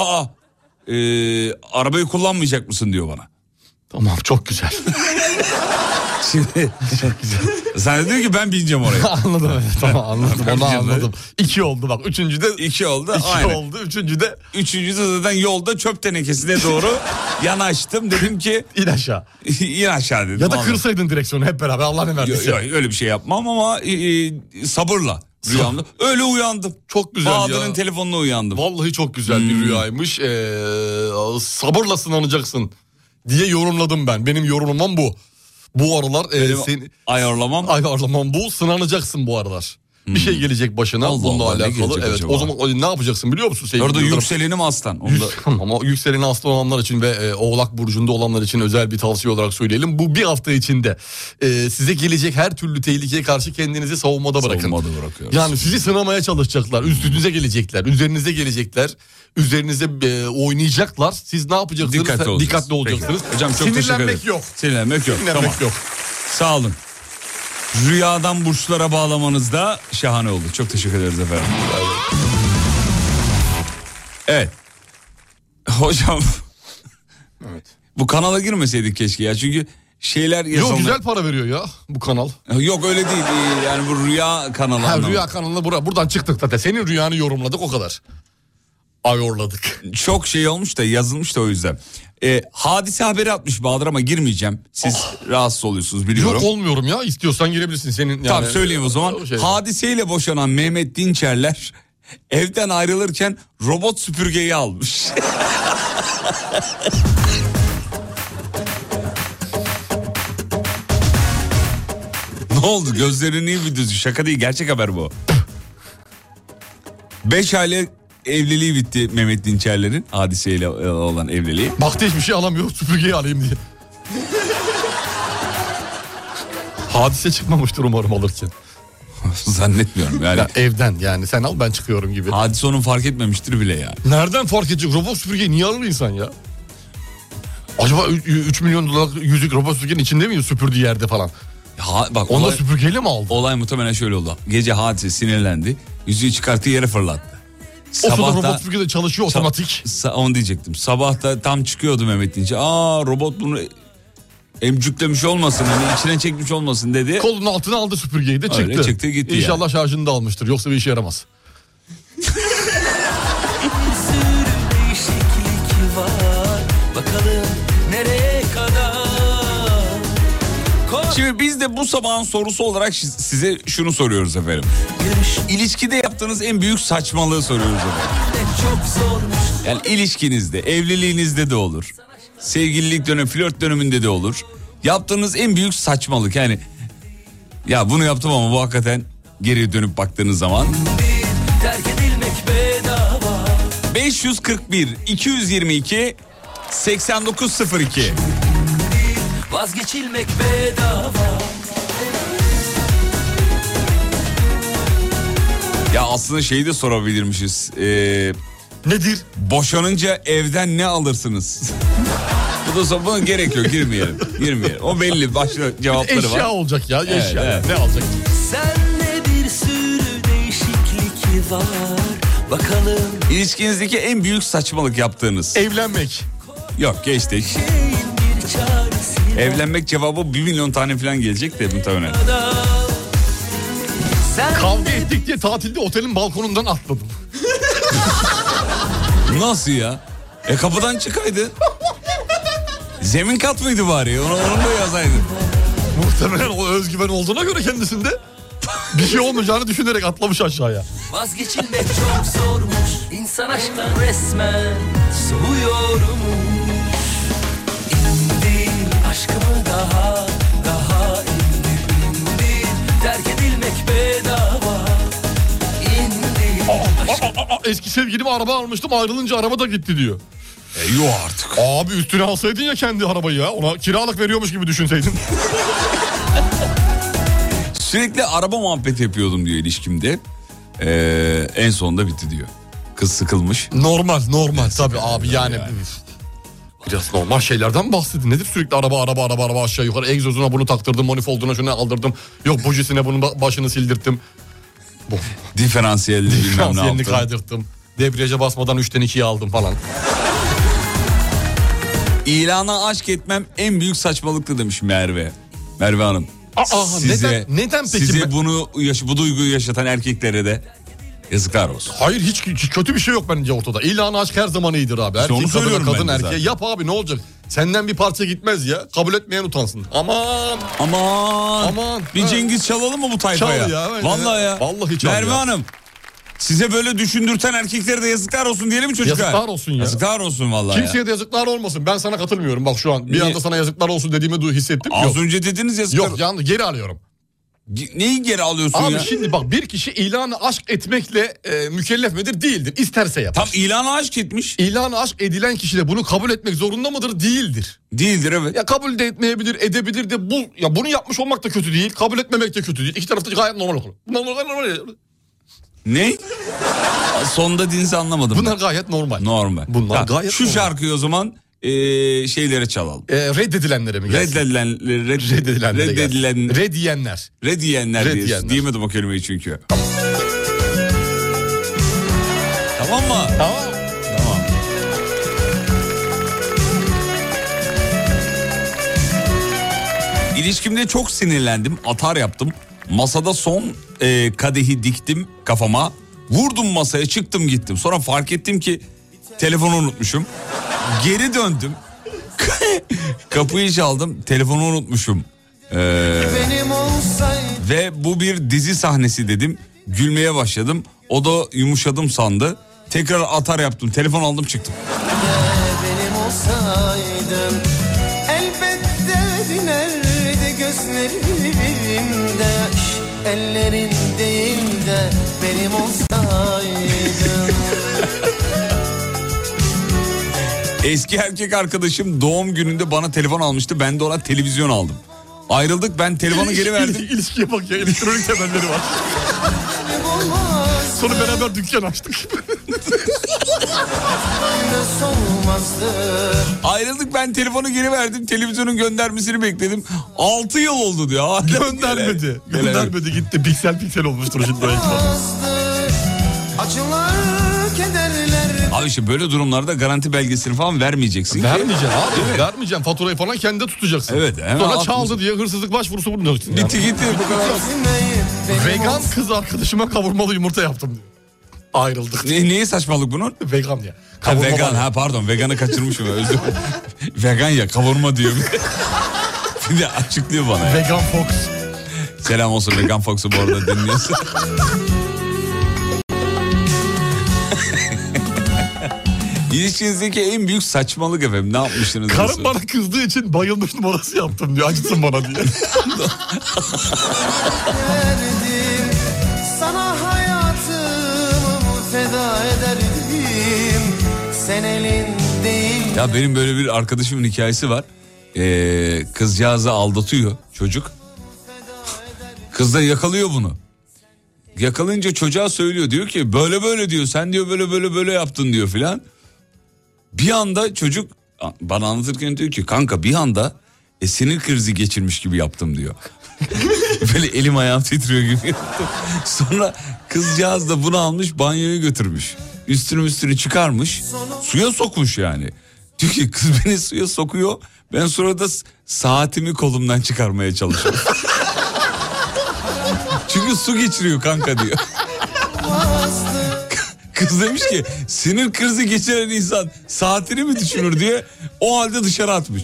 Arabayı kullanmayacak mısın diyor bana. Tamam, çok güzel. Şimdi sen diyor ki ben bineceğim oraya. Anladım, evet, tamam, anladım, onu anladım. 2 oldu bak, 3. de 2 oldu. 2 aynen. oldu, 3. de 3. de zaten yolda çöp tenekesine doğru yanaştım. Dedim ki in aşağı. İn aşağı dedim. Ya da Anladım. kırsaydın direksiyonu hep beraber, Allah ne verdiyse. Yok, öyle bir şey yapmam ama sabırla rüyamda. Öyle uyandım. Çok güzel Bahadır'ın ya. telefonuna uyandım. Vallahi çok güzel bir rüyaymış. Sabırla sınanacaksın diye yorumladım ben. Benim yorumlamam bu. Bu aralar ayarlamam bu. Sınanacaksın bu aralar. Bir şey gelecek başına bununla alakalı. Evet. Acaba? O zaman ne yapacaksın biliyor musun sevgili Orada Yıldırım? yükselenim aslan. Ama yükseleni aslan olanlar için ve Oğlak burcunda olanlar için özel bir tavsiye olarak söyleyelim. Bu bir hafta içinde size gelecek her türlü tehlikeye karşı kendinizi savunmada bırakın. Savunmada bırakıyoruz. Yani sizi sınamaya çalışacaklar. Üstünüze gelecekler. Üzerinize gelecekler. Üzerinize oynayacaklar. Siz ne yapacaksınız? Dikkatli olacaksınız. Peki. Hocam çok teşekkür ederim. Sinirlenmek yok. Sinirlenmek yok. Sinirlenmek Tamam. yok. Sağ olun. Rüyadan burçlara bağlamanız da şahane oldu. Çok teşekkür ederiz efendim. Evet. Hocam. Evet. Bu kanala girmeseydik keşke ya. Çünkü şeyler yazılmış. Yok, güzel para veriyor ya bu kanal. Yok öyle değil. Yani bu rüya kanalı. Ha, rüya kanalına buradan çıktık zaten. Senin rüyanı yorumladık, o kadar. Ayorladık. Çok şey olmuş da yazılmış da o yüzden. Hadise haberi atmış Bahadır ama girmeyeceğim. Siz rahatsız oluyorsunuz biliyorum. Yok, olmuyorum ya. İstiyorsan girebilirsin senin. Yani, tamam, söyleyeyim o zaman. Hadiseyle boşanan Mehmet Dinçerler evden ayrılırken robot süpürgeyi almış. Ne oldu? Gözlerini iyi bir düzü. Şaka değil, gerçek haber bu. 5 aylık evliliği bitti Mehmet Dinçerler'in, hadiseyle olan evliliği. Baktı hiçbir şey alamıyor, süpürgeyi alayım diye. Hadise çıkmamıştır umarım alırken. Zannetmiyorum yani. Ya evden yani, sen al ben çıkıyorum gibi. Hadise onun fark etmemiştir bile yani. Nereden fark edecek? Robot süpürgeyi niye alır insan ya? Acaba 3 milyon dolarlık yüzük robot süpürgenin içinde mi, süpürdüğü yerde falan? Bak, onu da süpürgeyle mi aldı? Olay muhtemelen şöyle oldu. Gece Hadise sinirlendi. Yüzüğü çıkarttı, yere fırlattı. O sırada robot süpürge çalışıyor otomatik. Onu diyecektim. Sabah da tam çıkıyordu Mehmet deyince. Robot bunu emcüklemiş olmasın, hani içine çekmiş olmasın dedi. Kolunun altına aldı süpürgeyi de çıktı. Öyle çıktı gitti. İnşallah şarjını da almıştır, yoksa bir işe yaramaz. Değişiklik var. Bakalım nereye kadar. Şimdi biz de bu sabahın sorusu olarak size şunu soruyoruz efendim. İlişkide yaptığınız en büyük saçmalığı soruyoruz efendim. Çok zormuş. Yani ilişkinizde, evliliğinizde de olur. Sevgililik dönemi, flört döneminde de olur. Yaptığınız en büyük saçmalık, yani ya bunu yaptım ama bu hakikaten geriye dönüp baktığınız zaman. Terk edilmek bedava. 541 222 8902. Vazgeçilmek bedava. Ya aslında şeyi de sorabilirmişiz. Nedir? Boşanınca evden ne alırsınız? Buna gerek yok, girmeyelim. O belli, başka cevapları var. Eşya olacak ya, eşya. Evet. Ne alacak? Sende bir sürü değişiklik var. Bakalım. İlişkinizdeki en büyük saçmalık yaptığınız. Evlenmek. Yok, geçtik. Evlenmek cevabı 1 milyon tane falan gelecek de muhtemelen. Kavga ettik diye tatilde otelin balkonundan atladım. Nasıl ya? Kapıdan çıkaydı. Zemin kat mıydı bari? Onu da yazaydın. Muhtemelen o özgüven olduğuna göre kendisinde bir şey olmayacağını düşünerek atlamış aşağıya. Vazgeçilmek çok zormuş. İnsan aşktan resmen soğuyormuş. İndir aşkımı daha indir. Terk edilmek bedava. İndir. Eski sevgilime araba almıştım, ayrılınca araba da gitti diyor. Yok artık. Abi üstüne alsaydın ya kendi arabayı ya. Ona kiralık veriyormuş gibi düşünseydin. Sürekli araba muhabbeti yapıyordum diyor ilişkimde. En sonunda bitti diyor. Kız sıkılmış. Normal tabii abi yani. Biraz normal şeylerden bahsedin. Nedir sürekli araba aşağı yukarı. Egzozuna bunu taktırdım, manifolduna şunu aldırdım. Yok bujisine bunun başını sildirttim. Diferansiyelli bilmem ne yaptım. Diferansiyelini kaydırttım. Debriyaja basmadan 3'ten 2'yi aldım falan. İlana aşk etmem en büyük saçmalıktı demiş Merve. Merve Hanım. Neden peki? Size bu duyguyu yaşatan erkeklere de yazıklar olsun. Hayır, hiç kötü bir şey yok bence ortada. İlana aşk her zaman iyidir abi. İşte onu söylüyorum kadın ben de erkeğe. zaten. Yap abi, ne olacak? Senden bir parça gitmez ya. Kabul etmeyen utansın. Aman. Bir Cengiz çalalım mı bu tayfaya? Çal ya. Vallahi ya. Vallahi çal Merve ya. Hanım. Size böyle düşündürten erkeklere de yazıklar olsun diyelim mi çocuklar? Yazıklar olsun ya. Yazıklar olsun vallahi. Kimseye de yazıklar olmasın. Ben sana katılmıyorum bak şu an. Bir anda sana yazıklar olsun dediğimi hissettim. Az önce dediniz yazıklar. Yok yani geri alıyorum. Neyi geri alıyorsun abi ya? Abi şimdi bak, bir kişi ilanı aşk etmekle mükellef midir? Değildir. İsterse yapar. Tam ilanı aşk etmiş. İlanı aşk edilen kişi de bunu kabul etmek zorunda mıdır? Değildir. Değildir, evet. Ya kabul de etmeyebilir, edebilir de bunu yapmış olmak da kötü değil. Kabul etmemek de kötü değil. İki tarafta gayet normal olur. Normal. Ne? Sonunda dinsi anlamadım. Bunlar gayet normal. Normal. Bunlar gayet şu normal. Şarkıyı o zaman şeylere çalalım. Reddedilenlere mi gelsin? Reddiyenler diyemedim o kelimeyi çünkü. Tamam mı? Tamam. İlişkimde çok sinirlendim, atar yaptım. Masada son kadehi diktim kafama. Vurdum masaya, çıktım gittim. Sonra fark ettim ki telefonu unutmuşum. Geri döndüm. Kapıyı çaldım, telefonu unutmuşum. Ve bu bir dizi sahnesi dedim. Gülmeye başladım. O da yumuşadım sandı. Tekrar atar yaptım, telefon aldım, çıktım. Benim olsaydım elbette dinerdi gözlerimde yaş, ellerin değil de benim olsaydım. Eski erkek arkadaşım doğum gününde bana telefon almıştı. Ben de ona televizyon aldım. Ayrıldık, ben telefonu geri verdim. İlişkiye bak ya, elektronik temelleri var. Sonra beraber dükkan açtık. Ayrıldık, ben telefonu geri verdim. Televizyonun göndermesini bekledim. 6 yıl oldu diyor. Göndermedi gitti. Piksel olmuştur şimdi o ekran. Acılar Abi işte böyle durumlarda garanti belgesini falan vermeyeceksin. Vermeyeceksin abi. Vermeyeceksin. Faturayı falan kendinde tutacaksın. Evet. Sonra çaldı diye hırsızlık başvurusu bulunacaksın. Bitti gitti bu kadar. Vegan kız arkadaşıma kavurmalı yumurta yaptım diyor. Ayrıldık. Niye saçmalık bunun? Vegan ya. Ha, vegan pardon veganı kaçırmışım. Özür dilerim. Vegan ya kavurma diyor. Bir de açıklıyor bana ya. Vegan Fox. Selam olsun Vegan Fox'u bu arada dinliyorsun. İlişkinizdeki en büyük saçmalık efendim. Ne yapmıştınız? Karım bana kızdığı için bayılmış numarası yaptım diyor. Acıtsın bana diye. Sana hayatımı feda ederdim. Sen elin değil. Ya benim böyle bir arkadaşımın hikayesi var. Kızcağızı aldatıyor çocuk. Kız da yakalıyor bunu. Yakalayınca çocuğa söylüyor. Diyor ki böyle böyle diyor. Sen diyor böyle yaptın diyor filan. Bir anda çocuk bana anlatırken diyor ki kanka bir anda sinir krizi geçirmiş gibi yaptım diyor. Böyle elim ayağım titriyor gibi yaptım. Sonra kızcağız da bunu almış banyoya götürmüş. Üstünü çıkarmış. Suya sokmuş yani. Diyor ki kız beni suya sokuyor. Ben sonra da saatimi kolumdan çıkarmaya çalışıyorum. Çünkü su geçiriyor kanka diyor. Kız demiş ki sinir krizi geçiren insan saatini mi düşünür diye o halde dışarı atmış.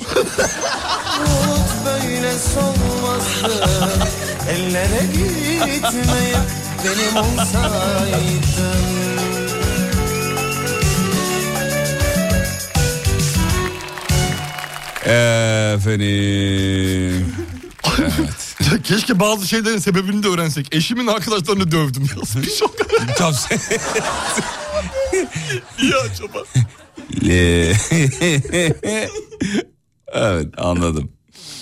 Böyle solmazdı. Ellere gitmeyip benim olsaydın. Efendim. Evet. Keşke bazı şeylerin sebebini de öğrensek. Eşimin arkadaşlarını dövdüm yazmış o kadar. Tam Niye acaba? Evet anladım.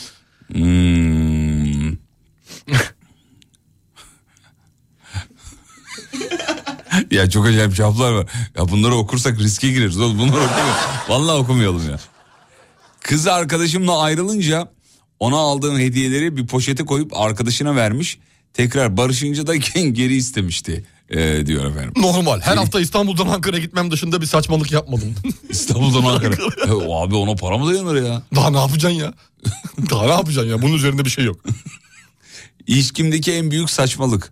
Ya çok acayip cevaplar var. Ya bunları okursak riske gireriz oğlum. Bunları okumayalım. Vallahi okumayalım ya. Kız arkadaşımla ayrılınca ona aldığım hediyeleri bir poşete koyup arkadaşına vermiş. Tekrar barışınca da geri istemişti diyor efendim. Normal. Her hafta İstanbul'dan Ankara'ya gitmem dışında bir saçmalık yapmadım. İstanbul'dan Ankara. Abi ona para mı dayanır ya? Daha ne yapacaksın ya? Daha ne yapacaksın ya? Bunun üzerinde bir şey yok. İlişkimdeki en büyük saçmalık.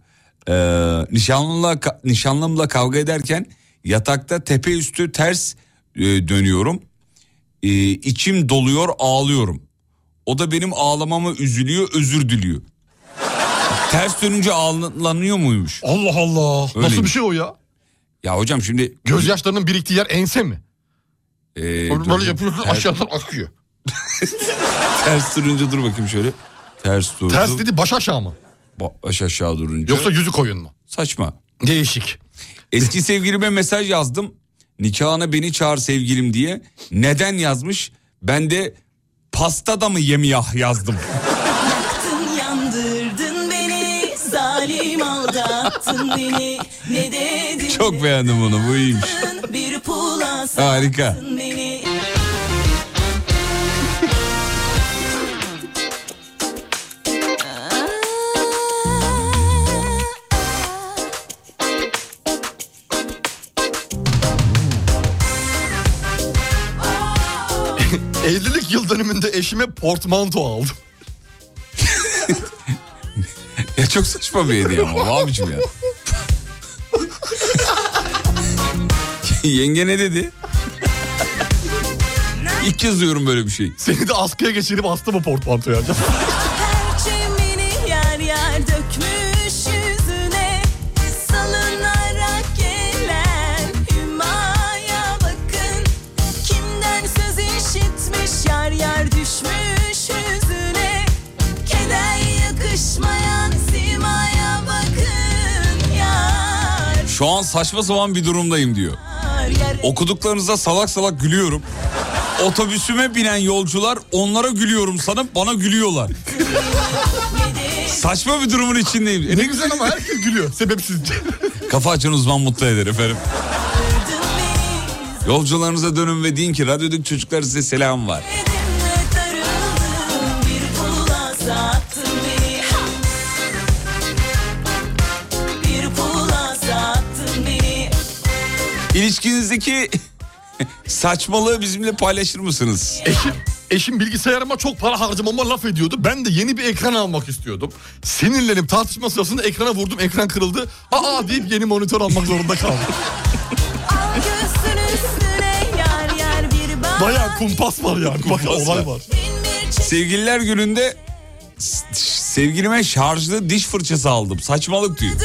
Nişanlımla kavga ederken yatakta tepe üstü ters dönüyorum. İçim doluyor, ağlıyorum. O da benim ağlamama üzülüyor, özür diliyor. Ters dönünce ağlanıyor muymuş? Allah Allah. Öyleymiş. Nasıl bir şey o ya? Ya hocam şimdi... Gözyaşlarının biriktiği yer ense mi? Böyle yapıyorsun aşağıdan akıyor. Ters durunca dur bakayım şöyle. Ters durdu. Ters dedi baş aşağı mı? Baş aşağı durunca. Yoksa yüzü koyun mu? Saçma. Değişik. Eski sevgilime mesaj yazdım. Nikahına beni çağır sevgilim diye. Neden yazmış? Ben de pasta da mı yemiyah yazdım. Yaktın yandırdın beni, zalim aldattın beni. Ne dedin? Çok beğendim bunu, bu iyiymiş. Bir pula harika. sattın beni. Evlilik yıl dönümünde eşime portmanto aldım. Ya çok saçma bir hediye ama abicim ya. Yenge ne dedi? İlk kez duyuyorum böyle bir şey. Seni de askıya geçirip astı mı portmantoya acaba? Perçemini yer yer dökmüş yüzüne, salınarak gelen hümaya bakın. Kimden söz işitmiş, yar yar düşmüş yüzüne. Keder yakışmayan simaya bakın yar. Şu an saçma sapan bir durumdayım diyor. Okuduklarınıza salak salak gülüyorum. Otobüsüme binen yolcular onlara gülüyorum sanıp bana gülüyorlar. Saçma bir durumun içindeyim. Ne güzel ama herkes gülüyor sebepsizce. Kafa açan uzman mutlu eder efendim. Yolcularınıza dönün ve deyin ki radyodaki çocuklar size selam var. İlişkinizdeki Saçmalığı bizimle paylaşır mısınız? Eşim bilgisayarıma çok para harcamama laf ediyordu. Ben de yeni bir ekran almak istiyordum. Sinirlenip tartışma sırasında ekrana vurdum. Ekran kırıldı. Aa deyip yeni monitör almak zorunda kaldım. Bayağı kumpas var yani. Bayağı olay var. Sevgililer gününde sevgilime şarjlı diş fırçası aldım. Saçmalık diyor.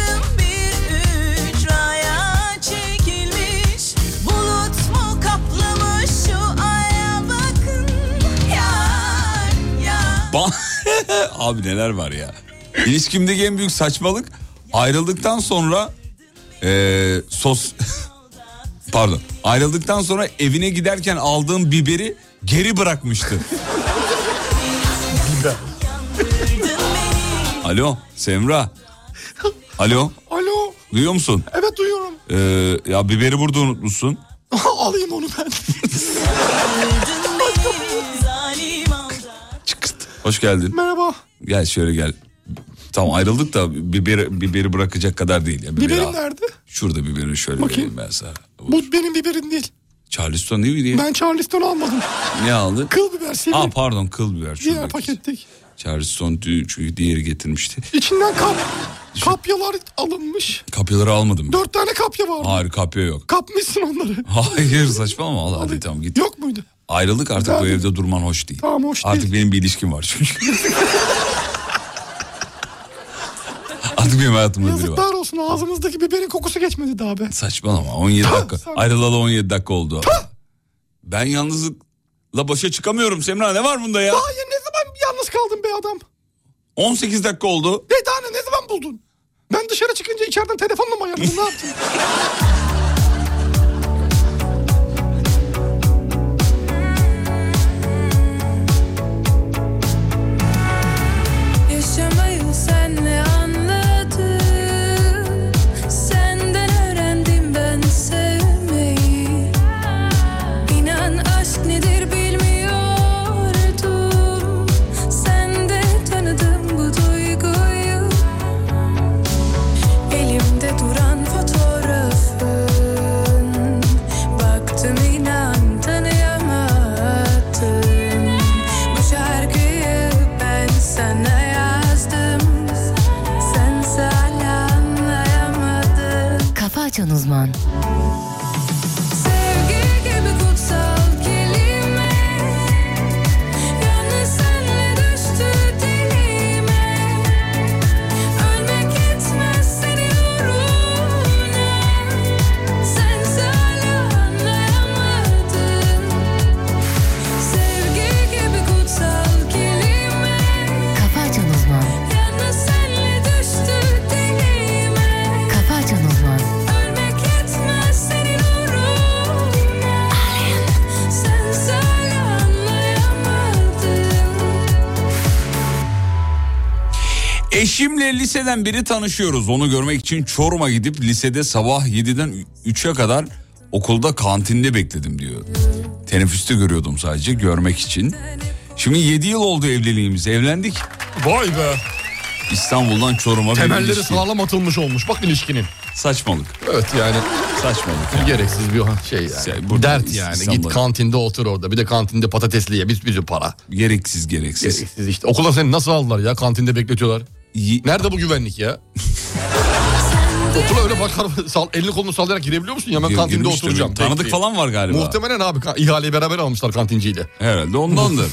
Abi neler var ya. İlişkimdeki en büyük saçmalık ayrıldıktan sonra ayrıldıktan sonra evine giderken aldığım biberi geri bırakmıştı. Alo Semra. Alo. Alo. Duyuyor musun? Evet duyuyorum. Ya biberi burada unutmuşsun. Alayım onu ben. Hoş geldin. Merhaba. Gel şöyle gel. Tamam ayrıldık da biberi bırakacak kadar değil. Yani biberim nerede? Şurada biberini şöyle vereyim ben sana. Bu benim biberim değil. Charleston değil mi diye? Ben Charleston almadım. Ne aldın? Kıl biber senin. Pardon kıl biber. Diğer pakettik. Charleston çünkü diğeri getirmişti. İçinden kapyalar alınmış. Kapyaları almadım. 4 tane kapya var. Hayır kapya yok. Kapmışsın onları. Hayır saçmalama. Hadi tamam git. Yok muydu? Ayrıldık artık bu evde durman hoş değil. Tamam hoş artık değil. Benim bir ilişkim var çünkü. Artık benim hayatımda biri var. Yazıklar olsun ağzımızdaki biberin kokusu geçmedi daha be. Saçmalama 17 dakika. Ayrılalı 17 dakika oldu. Ben yalnızlıkla başa çıkamıyorum Semra, ne var bunda ya? Daha ne zaman yalnız kaldın be adam? 18 dakika oldu. Ne zaman buldun? Ben dışarı çıkınca içeriden telefonla mı ayarladın, ne yaptın? Yaşamayı senle anladım. Senden öğrendim ben sevmeyi. İnan aşk nedir bilmiyordum. Sende tanıdım bu duyguyu. Elimde duran fotoğrafın. Baktım inan tanıyamadım. Bu şarkıyı ben sana yazdım. Sense hala anlayamadın. Kafa Açan Uzman. Sevgi gibi kutsal kelime. Yalnız senle düştü dilime. Ölmek yetmez senin uğruna. Sense hala anlayamadın. Sevgi gibi kutsal kelime. Kafa Açan Uzman. Yalnız senle düştü dilime. Kafa Açan Uzman. Ölmek yetmez senin uğruna. Sense hala anlayamadın. Eşimle liseden biri tanışıyoruz. Onu görmek için Çorum'a gidip lisede sabah 7'den 3'e kadar okulda kantinde bekledim diyor. Teneffüste görüyordum sadece görmek için. Şimdi 7 yıl oldu evliliğimiz. Evlendik. Vay be. İstanbul'dan Çorum'a bir Temelleri ilişki. sağlam atılmış olmuş bak ilişkinin. Saçmalık. Evet yani. Saçmalık. Gereksiz bir şey yani. Burada Dert yani. İstanbul'da. Git kantinde otur orada. Bir de kantinde patatesli ye. Bir para. Gereksiz. Gereksiz işte. Okula seni nasıl aldılar ya? Kantinde bekletiyorlar. Nerede bu güvenlik ya? Okula öyle bakar, elini kolunu sallayarak girebiliyor musun? Ya ben kantinde Girmiştir. oturacağım. Tanıdık falan var galiba. Muhtemelen abi ihaleyi beraber almışlar kantinciyle. Herhalde ondandır.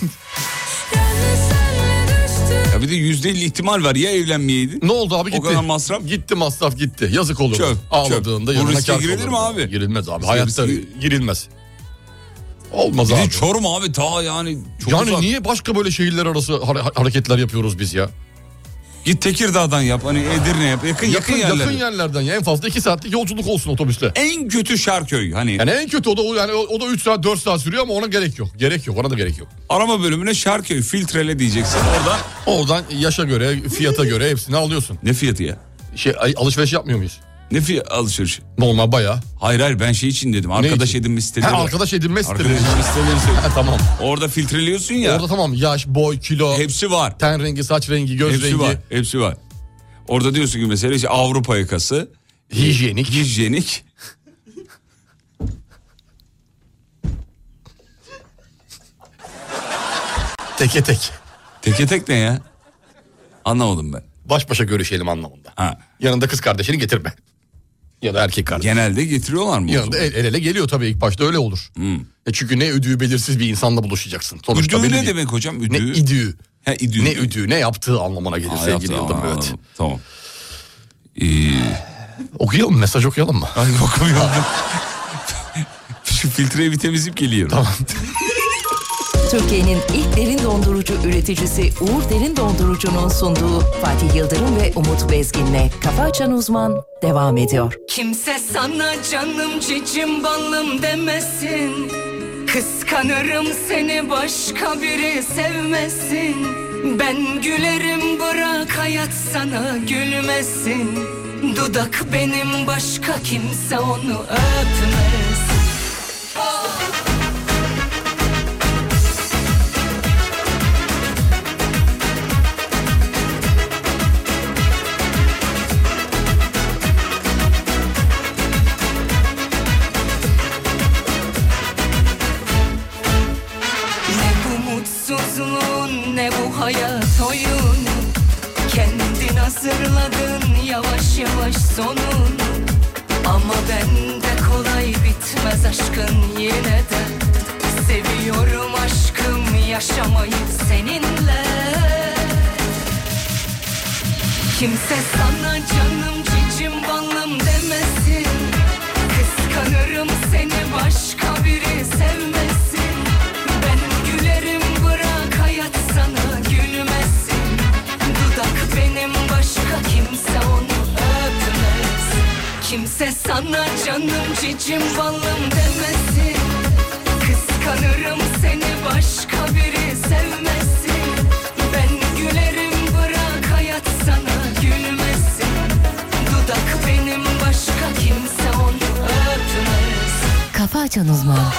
Ya bir de %50 ihtimal var ya evlenmeyeydi. Ne oldu abi gitti. O kadar masraf. Gitti masraf gitti. Yazık olur. Çöp. Ağladığında Bu yanına riske kar girilir mi olur. abi? Girilmez abi. Riske- Hayatta girilmez. Olmaz Bir abi. de Çorum abi ta yani çok Yani uzak. niye başka böyle şehirler arası hareketler yapıyoruz biz ya? Git Tekirdağ'dan yap, hani Edirne yap, yakın yerler. Yakın yerlerden ya en fazla 2 saatlik yolculuk olsun otobüsle. En kötü Şarköy hani. Yani en kötü o da 3 saat 4 saat sürüyor ama ona gerek yok. Gerek yok, ona da gerek yok. Arama bölümüne Şarköy filtrele diyeceksin Oradan yaşa göre, fiyata göre hepsini alıyorsun. Ne fiyatı ya? Alışveriş yapmıyor muyuz? Ne fiyat alışveriş? Normal bayağı. Hayır ben şey için dedim. Arkadaş için? edinme siteleri. Arkadaş edinme siteleri. Arkadaş edinme siteleri söyle. Tamam. Orada filtreliyorsun ya. Orada tamam yaş, boy, kilo. Hepsi var. Ten rengi, saç rengi, göz Hepsi rengi. var. Hepsi var. Orada diyorsun ki mesela işte Avrupa yakası. Hijyenik. Hijyenik. Teke tek. Teke tek ne ya? Anlamadım ben. Baş başa görüşelim anlamında. Ha. Yanında kız kardeşini getirme. Ya da erkek kardeş. Genelde getiriyorlar mı? Yanında el ele geliyor tabii, ilk başta öyle olur. Çünkü ne ödüğü belirsiz bir insanla buluşacaksın. Sonuçta Üdüğü ne belli- demek hocam? Üdüğü. Ne idüğü. Ha, idüğü. Ne üdüğü, ne yaptığı anlamına gelir sevgili yaptı, Yıldırım. Evet. anladım. Tamam. Okuyalım mı? Mesaj okuyalım mı? Hayır, okumuyorum. Şu filtreyi bir temizleyip geliyorum. Tamam. Türkiye'nin ilk derin dondurucu üreticisi Uğur Derin Dondurucu'nun sunduğu Fatih Yıldırım ve Umut Bezgin'le Kafa Açan Uzman devam ediyor. Kimse sana canım cicim balım demesin. Kıskanırım seni başka biri sevmesin. Ben gülerim bırak hayat sana gülmesin. Dudak benim başka kimse onu öpmesin. Ne bu mutsuzluğun ne bu hayat oyunu. Kendin hazırladın yavaş yavaş sonunu. Ama bende kolay bitmez aşkın yine de. Seviyorum aşkım yaşamayı seninle. Kimse sana canım cicim balım demesin. Kıskanırım seni başka biri sevmesin. Ben gülerim bırak hayat sana gülmesin. Dudak benim başka kimse onu öpmez. Kimse sana canım cicim balım demesin. Kıskanırım seni başka biri sevmesin. Ben gülerim bırak hayat sana gülmesin. Dudak benim başka kimse onu öpmez. Kafa Açan Uzman.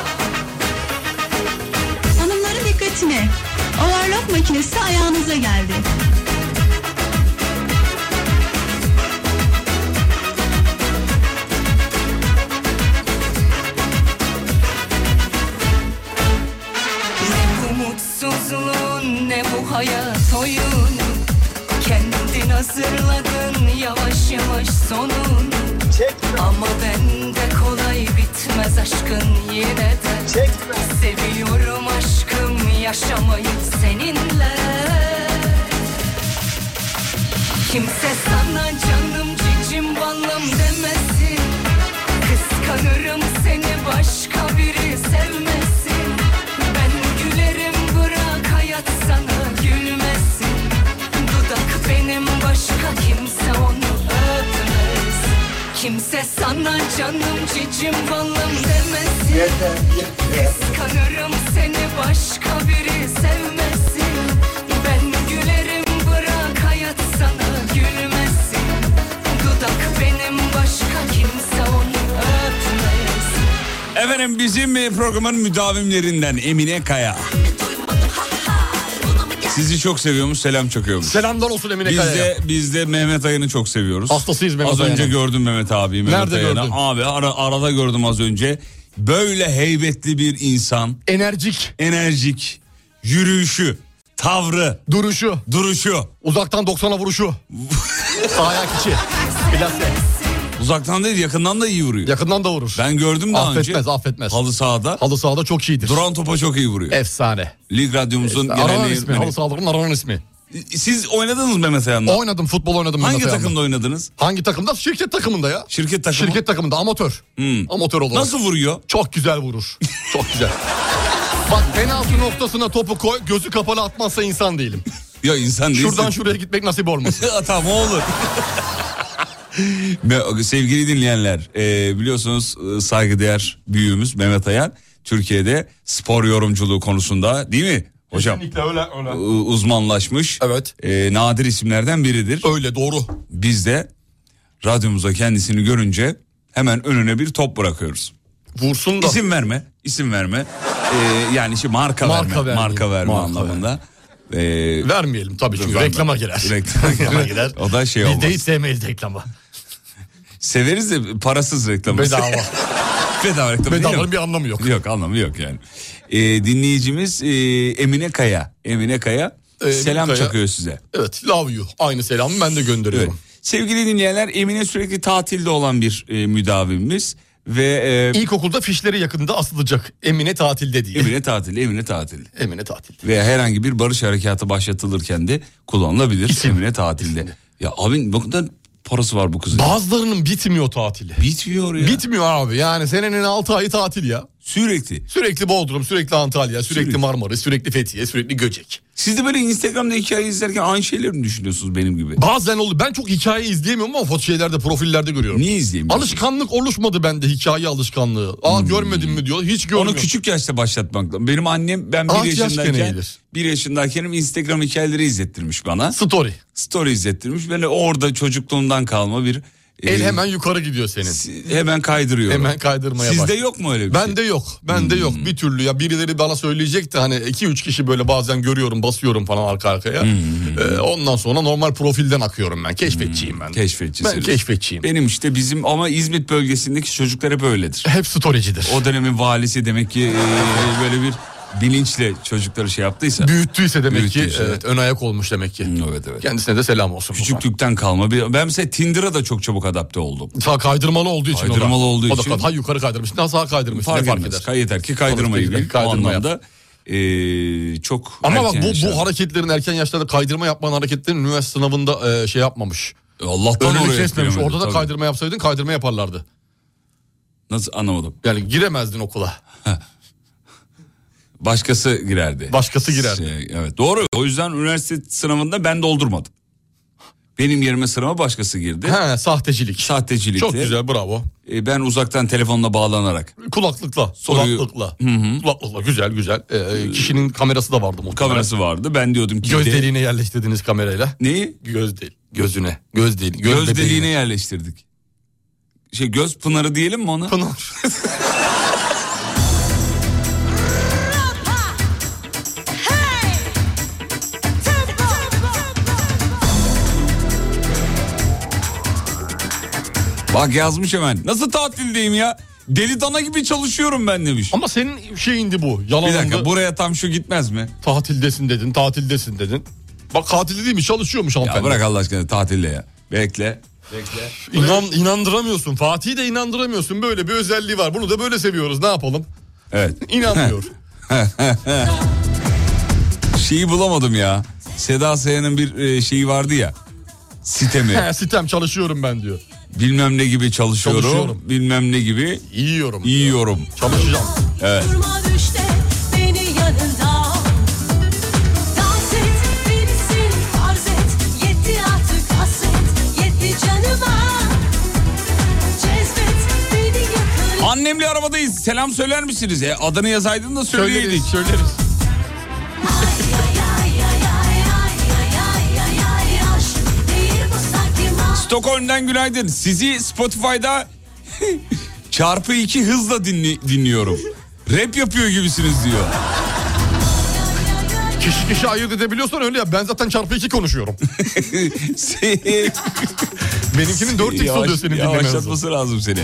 Hanımların dikkatine. Overlock makinesi ayağınıza geldi. Ne bu mutsuzluğun ne bu hayat oyunu. Kendin hazırladın yavaş yavaş sonunu. Ama bende kolay bitmez aşkın yine de. Seviyorum aşkım yaşamayı seninle. Kimse sana canım cicim balım demesin. Kıskanırım seni başka biri sevmesin. Ben gülerim bırak hayat sana gülmesin. Dudak benim başka kimse onu öpmez. Kimse sana canım cicim balım demesin. Kıskanırım seni başka biri sevmesin. Ben gülerim bırak hayat sana gülmesin. Dudak benim başka kimse onu öpmez. Efendim bizim programın müdavimlerinden Emine Kaya. Sizi çok seviyormuş, selam çakıyormuş. Selamlar olsun Emine Kaya'ya. Biz de Mehmet Ayın'ı çok seviyoruz. Hastasıyız Mehmet Az önce Ayın'ın. gördüm Mehmet abi. Mehmet Nerede Ayın'ı. gördün? Abi arada gördüm az önce. Böyle heybetli bir insan. Enerjik. Yürüyüşü, tavrı. Duruşu. Uzaktan 90'a vuruşu. Sağ ayak içi. Plase. Uzaktan değil, yakından da iyi vuruyor. Yakından da vurur. Ben gördüm daha önce. Affetmez. Halı sahada çok iyidir. Duran topa çok iyi vuruyor. Efsane. Lig radyomuzun Aranan genel ismi. Halı sahaların aranan ismi. Siz oynadınız mı Mehmet Ayhan'la? Oynadım, futbol oynadım. Hangi Mehmet Ayhan'la. takımda oynadınız? Hangi takımda? Şirket takımında ya. Şirket takımı? Şirket takımında, amatör. Amatör olarak. Nasıl vuruyor? Çok güzel vurur. Çok güzel. Bak, penaltı noktasına topu koy, gözü kapalı atmazsa insan değilim. Ya insan değilsin. Şuradan şuraya gitmek nasip olmasın. Tamam, olur. Sevgili dinleyenler, biliyorsunuz saygıdeğer büyüğümüz Mehmet Ayhan Türkiye'de spor yorumculuğu konusunda, değil mi hocam? Kesinlikle öyle. Uzmanlaşmış. Evet. Nadir isimlerden biridir. Öyle, doğru. Biz de radyomuza kendisini görünce hemen önüne bir top bırakıyoruz. Vursun da. İsim verme. Yani işte marka verme anlamında. Vermeyelim tabii, çünkü reklama girer. Reklama girer. O da şey olmaz. Biz de hiç sevmeyiz reklama. Severiz de parasız reklamı. Bedava. Bedava reklamı değil Bedavanın mi? bir anlamı yok. Yok, anlamı yok yani. dinleyicimiz Emine Kaya. Emine Kaya selam Kaya. çakıyor size. Evet, love you. Aynı selamı ben de gönderiyorum. Evet. Sevgili dinleyenler, Emine sürekli tatilde olan bir müdavimimiz. Ve İlkokulda fişleri yakında asılacak. Emine tatilde diye. Emine tatilde, Emine tatilde. Emine tatilde. Ve herhangi bir barış harekatı başlatılırken de kullanılabilir. İsim. Emine tatilde. Ya abi ne kadar parası var bu kızın. Bazılarının bitmiyor tatili. Bitmiyor ya. Bitmiyor abi, yani senenin 6 ayı tatil ya. Sürekli. Sürekli Bodrum, sürekli Antalya, sürekli Marmaris, sürekli Fethiye, sürekli Göcek. Siz de böyle Instagram'da hikaye izlerken aynı şeyleri mi düşünüyorsunuz benim gibi? Bazen oldu. Ben çok hikaye izleyemiyorum ama şeylerde, profillerde görüyorum. Niye izleyemiyorsun? Alışkanlık oluşmadı bende, hikaye alışkanlığı. Görmedin mi diyor. Hiç görmüyorum. Onu küçük yaşta başlatmak lazım. Benim annem ben bir yaşındayken Instagram hikayeleri izlettirmiş bana. Story izlettirmiş. Ben de orada çocukluğumdan kalma bir... El hemen yukarı gidiyor senin. Hemen kaydırıyor. Hemen kaydırmaya bak. Sizde yok mu öyle bir şey? Bende yok. Bende yok. Bir türlü ya, birileri bana söyleyecek de hani 2-3 kişi böyle bazen görüyorum, basıyorum falan arka arkaya. Ondan sonra normal profilden akıyorum ben. Keşfetçiyim ben. Keşfetçisiniz. Ben keşfetçiyim. Benim işte bizim ama İzmit bölgesindeki çocuklar hep öyledir. Hep storycidir. O dönemin valisi demek ki böyle bir bilinçle çocukları şey yaptıysa. Büyüttüyse demek ki, evet, ön ayak olmuş demek ki. Evet. Kendisine de selam olsun. Küçüklükten kalma. Ben mesela Tinder'a da çok çabuk adapte oldum. Sağ kaydırmalı olduğu için. Kaydırmalı olduğu o da için. Ha yukarı kaydırmış, daha sağa kaydırmış. Fark eder. Yeter ki kaydırmayı bil. O anlamda çok ama bak bu hareketlerin, erken yaşlarda kaydırma yapmanın hareketlerin üniversite sınavında şey yapmamış. Allah'tan önünü oraya kesmemiş. Orada da tabii. kaydırma yapsaydın kaydırma yaparlardı. Nasıl, anlamadım. Yani giremezdin okula. Başkası girerdi. Başkası girerdi. Evet, doğru. O yüzden üniversite sınavında ben doldurmadım. Benim yerime sınava başkası girdi. Sahtecilik. Sahtecilikle. Çok güzel, bravo. Ben uzaktan telefonla bağlanarak. Kulaklıkla. Güzel. Kişinin kamerası da vardı muhtemelen. Kamerası vardı. Ben diyordum ki. Göz deliğine yerleştirdiğiniz kamerayla. Neyi? Gözüne. Göz deliğine yerleştirdik. Göz pınarı diyelim mi ona? Pınar. Bak yazmış hemen. Nasıl tatildeyim ya? Deli dana gibi çalışıyorum ben demiş. Ama senin şeyindi bu. Yalanında. Bir dakika, buraya tam şu gitmez mi? Tatildesin dedin. Bak tatilde değil mi? Çalışıyormuş hanımefendi. Ya bırak Allah aşkına, tatilde ya. Bekle. İnandıramıyorsun. Fatih'i de inandıramıyorsun. Böyle bir özelliği var. Bunu da böyle seviyoruz. Ne yapalım? Evet. İnanmıyor. Şeyi bulamadım ya. Seda Sayan'ın bir şeyi vardı ya. Sitemi. Sitem, çalışıyorum ben diyor. Bilmem ne gibi çalışıyorum. Bilmem ne gibi yiyorum. Çalışacağım. Evet. Annemle arabadayız. Selam söyler misiniz? Adını yazaydın da söyleyeydik. Söyleriz. Stockholm'den günaydın. Sizi Spotify'da çarpı 2 hızla dinliyorum. Rap yapıyor gibisiniz diyor. Kişi ayırt edebiliyorsan öyle ya. Ben zaten çarpı 2 konuşuyorum. Benimkinin 4x oluyor senin dinlemen. Yavaşlatması lazım seni.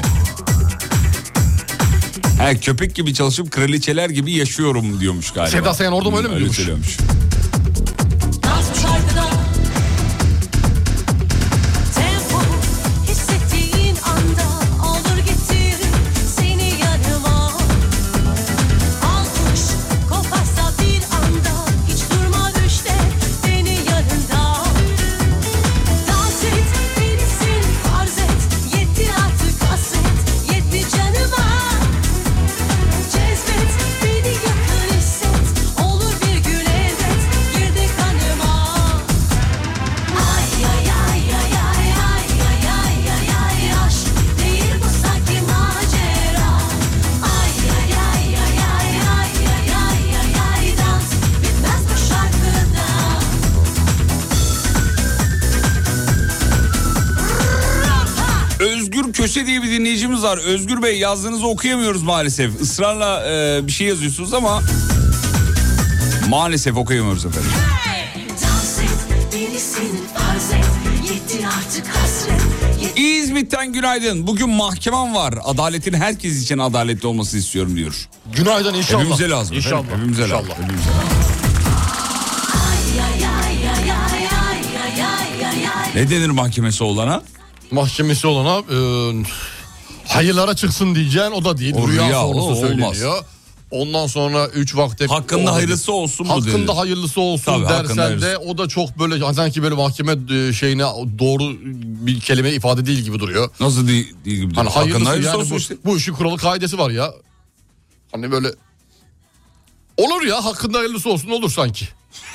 Köpek gibi çalışıp kraliçeler gibi yaşıyorum diyormuş galiba. Seda Sayan orada mı öyle mi diyormuş? Söylüyormuş. Köse diye bir dinleyicimiz var. Özgür Bey, yazdığınızı okuyamıyoruz maalesef. Israrla bir şey yazıyorsunuz ama maalesef okuyamıyoruz efendim. İzmit'ten günaydın. Bugün mahkemem var. Adaletin herkes için adaletli olmasını istiyorum diyor. Günaydın inşallah. Hepimize lazım. İnşallah. Hepimize lazım. İnşallah. Hepimize lazım. Ne denir mahkemesi olana? Mahkemesi olana hayırlara çıksın diyeceksin, o da değil. O Rüya rüya, sonrası o söyleniyor. olmaz. Ondan sonra 3 vakte... Hakkında hayırlısı olsun mu denir? Hakkında hayırlısı olsun Tabii, hakkında dersen de hayırlısı. o da çok böyle sanki böyle mahkeme şeyine doğru bir kelime ifade değil gibi duruyor. Nasıl değil gibi duruyor? Hani Hakkında hayırlısı yani olsun işte. bu işin kuralı kaidesi var ya. Hani böyle olur ya, hakkında hayırlısı olsun olur sanki.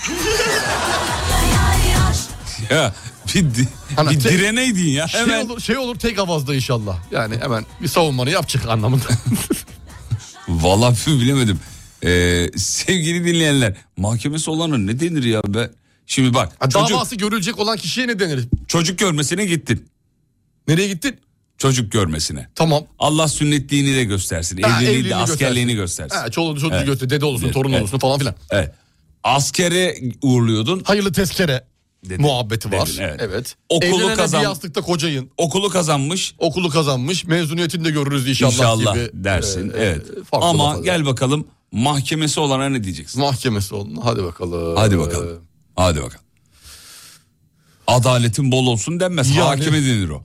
Ya bir direneydin ya. Hemen. Şey olur tek avazda inşallah. Yani hemen bir savunmanı yap çık anlamında. Vallahi bilemedim. Sevgili dinleyenler, mahkemesi olana ne denir ya be? Şimdi bak. Davası görülecek olan kişiye ne denir? Çocuk görmesine gittin. Nereye gittin? Çocuk görmesine. Tamam. Allah sünnetliğini de göstersin. Evliliğini de, askerliğini göstersin. Çoluğunu çocuğu Evet. göster. Dede olursun, torun olursun falan filan. Evet. Askere uğurluyordun. Hayırlı tezkere Dedin. muhabbeti var. Dedin, evet. Okulu Bir yastıkta kocayın. Okulu kazanmış. Okulu kazanmış. Mezuniyetini de görürüz inşallah gibi. Dersin. Evet. farklı Ama bakalım. gel bakalım mahkemesi olana ne diyeceksin? Mahkemesi olun. Hadi bakalım. Hadi bakalım. Hadi bakalım. Adaletin bol olsun denmez. Yani- Hakime denir o.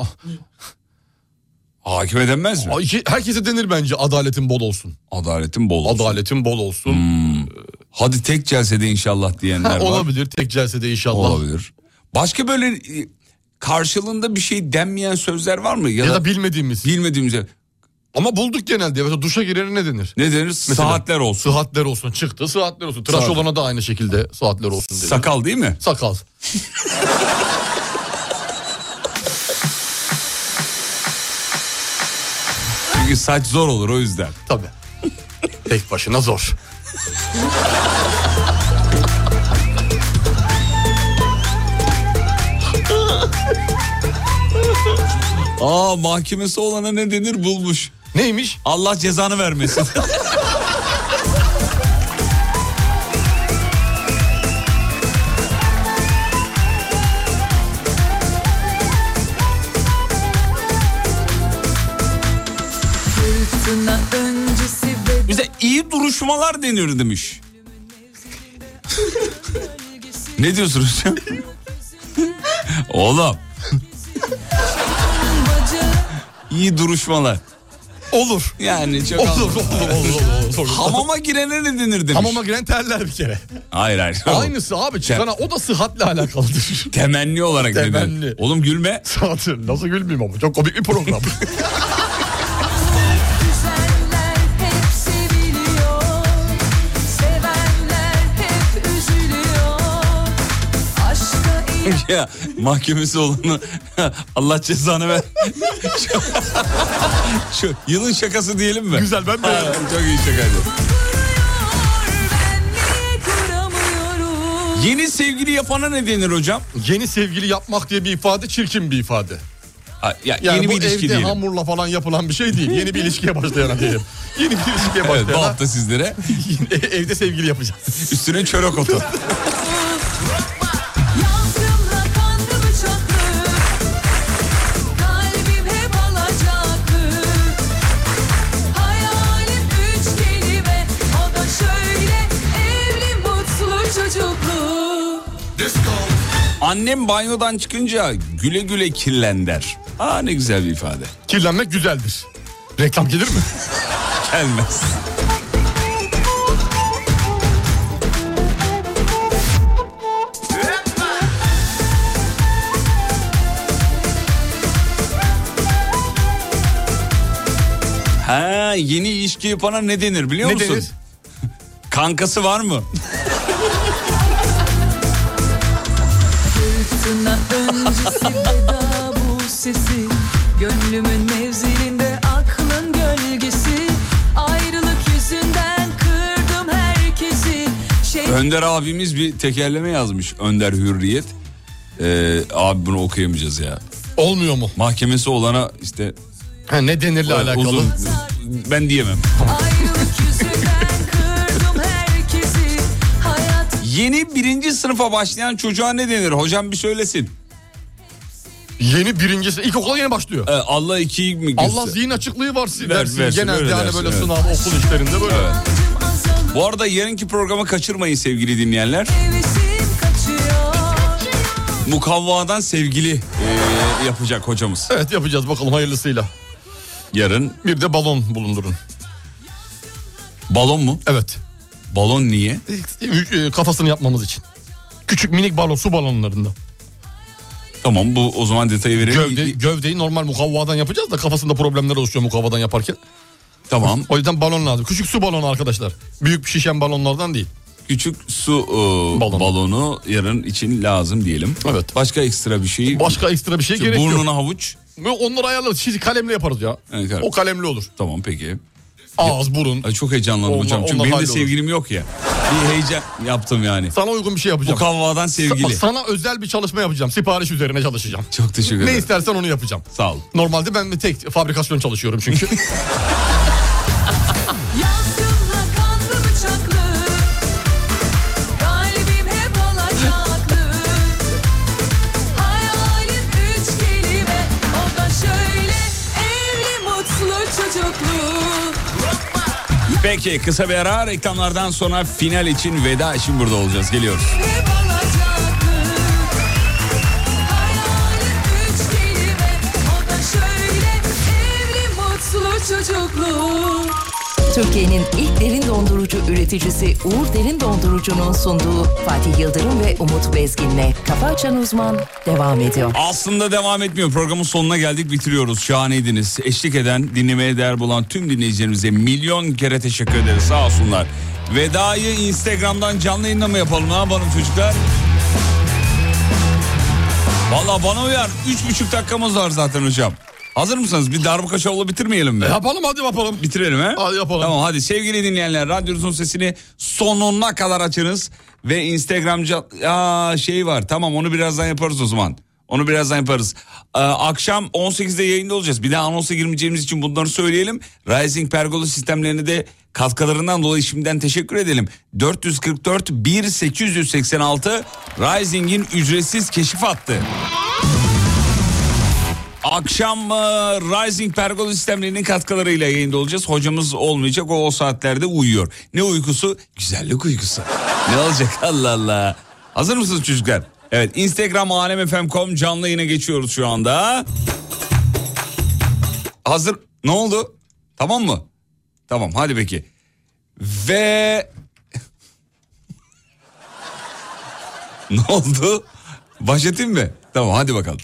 Hakime denmez mi? Herkese denir bence adaletin bol olsun. Adaletin bol olsun. Adaletin bol olsun. Hadi tek celsede inşallah diyenler var. Olabilir, tek celsede inşallah. Olabilir. Başka böyle karşılığında bir şey denmeyen sözler var mı? Ya da bilmediğimiz. Bilmediğimiz. Ama bulduk genelde. Mesela duşa girene ne denir? Ne denir? Saatler olsun. Sıhhatler olsun. Çıktı sıhhatler olsun. Tıraş Saat. olana da aynı şekilde sıhhatler olsun denir. Sakal değil mi? Sakal. Çünkü saç zor olur o yüzden. Tabii. Tek başına zor. Mahkemesi olana ne denir bulmuş. Neymiş? Allah cezanı vermesin. Bize iyi duruşmalar denir demiş. Ne diyorsunuz hocam? Oğlum. İyi duruşmalar. Olur. Yani çok olur. Hamama girene ne denir demiş. Hamama giren terler bir kere. Hayır. Aynısı abi çıkana o da sıhhatle alakalıdır. Temenni olarak Temenni. denir. Oğlum gülme. Zaten nasıl gülmeyeyim ama çok komik bir program. Ya mahkemesi olanı Allah cezanı ver. Şu yılın şakası diyelim mi? Güzel, ben beğendim. Çok iyi şakaydı. Yeni sevgili yapana ne denir hocam? Yeni sevgili yapmak diye bir ifade çirkin bir ifade. Ya, Yani yeni bu bir ilişki evde diyelim. hamurla falan yapılan bir şey değil. Yeni bir ilişkiye başlayana diyelim. Yeni bir ilişkiye Evet, başlayana. bu hafta sizlere evde sevgili yapacağız. üstüne çörek otu. Annem banyodan çıkınca güle güle kirlen der. Ne güzel bir ifade. Kirlenmek güzeldir. Reklam gelir mi? Gelmez. Yeni ilişki yapana ne denir biliyor musun? denir? Kankası var mı? Fırtına öncesi veda bu sesi, gönlümün mevzilinde aklın gölgesi, ayrılık yüzünden kırdım herkesi. Önder abimiz bir tekerleme yazmış. Önder Hürriyet. Abi bunu okuyamayacağız ya. Olmuyor mu? Mahkemesi olana işte. Ne denirle alakalı? Uzun. Ben diyemem. Yeni 1. sınıfa başlayan çocuğa ne denir? Hocam bir söylesin. Yeni birincisi ilkokula yeni başlıyor. Allah 2'yi mi göster? Allah zihin açıklığı var dersin versin, genelde öyle yani dersin, böyle evet. sınav okul işlerinde böyle. Evet. Bu arada yarınki programı kaçırmayın sevgili dinleyenler. Mukavvadan sevgili yapacak hocamız. Evet yapacağız bakalım hayırlısıyla. Yarın. Bir de balon bulundurun. Balon mu? Evet. Balon niye? Kafasını yapmamız için. Küçük minik balon, su balonlarında. Tamam, bu o zaman detayı verelim. Gövdeyi normal mukavvadan yapacağız da kafasında problemler oluşuyor mukavvadan yaparken. Tamam. O yüzden balon lazım. Küçük su balonu arkadaşlar. Büyük şişen balonlardan değil. Küçük su balonu yarın için lazım diyelim. Evet. Başka ekstra bir şey. Başka ekstra bir şey gerek yok. Burnuna havuç. Onları ayarlarız. Şimdi kalemle yaparız ya. Evet, o kalemli olur. Tamam peki. Ağız, burun. Ay, çok heyecanlandım hocam. Çünkü benim de sevgilim yok ya. Bir heyecan yaptım yani. Sana uygun bir şey yapacağım. Mukavvadan sevgili. Sana özel bir çalışma yapacağım. Sipariş üzerine çalışacağım. Çok teşekkür ederim. Ne istersen onu yapacağım. Sağ ol. Normalde ben bir tek fabrikasyon çalışıyorum çünkü. Yazdığımda kanlı bıçaklı, kalbim hep alacaklı. Hayalim 3 kelime, o da şöyle: evli, mutlu, çocuklu. Peki kısa bir ara, reklamlardan sonra final için, veda için burada olacağız. Geliyoruz. Hep alacaklı. Hayalim 3 kelime, o da şöyle: evli, mutlu, çocuklu. Türkiye'nin ilk derin dondurucu üreticisi Uğur Derin Dondurucu'nun sunduğu Fatih Yıldırım ve Umut Bezgin'le Kafa Açan Uzman devam ediyor. Aslında devam etmiyor. Programın sonuna geldik, bitiriyoruz. Şahaneydiniz. Eşlik eden, dinlemeye değer bulan tüm dinleyicilerimize milyon kere teşekkür ederiz. Sağ olsunlar. Vedayı Instagram'dan canlı yayında mı yapalım? Ne yapalım çocuklar? Vallahi bana uyar. 3,5 dakikamız var zaten hocam. Hazır mısınız? Bir darbuka şovla bitirmeyelim mi? Yapalım, hadi yapalım. Bitirelim he? Hadi yapalım. Tamam hadi sevgili dinleyenler, radyonuzun sesini sonuna kadar açınız. Ve Instagram'ca şey var, tamam onu birazdan yaparız o zaman. Onu birazdan yaparız. Akşam 18'de yayında olacağız. Bir daha anonsa girmeyeceğimiz için bunları söyleyelim. Rising Pergola sistemlerine de katkılarından dolayı şimdiden teşekkür edelim. 444 1886 Rising'in ücretsiz keşif hattı. Akşam Rising Pergola sistemlerinin katkılarıyla yayında olacağız. Hocamız olmayacak, o saatlerde uyuyor. Ne uykusu? Güzellik uykusu. Ne olacak Allah Allah. Hazır mısınız çocuklar? Evet, Instagram alemfm.com canlı yayına geçiyoruz şu anda. Hazır. Ne oldu? Tamam mı? Tamam hadi peki. Ve... Ne oldu? Başlatayım mı? Tamam hadi bakalım.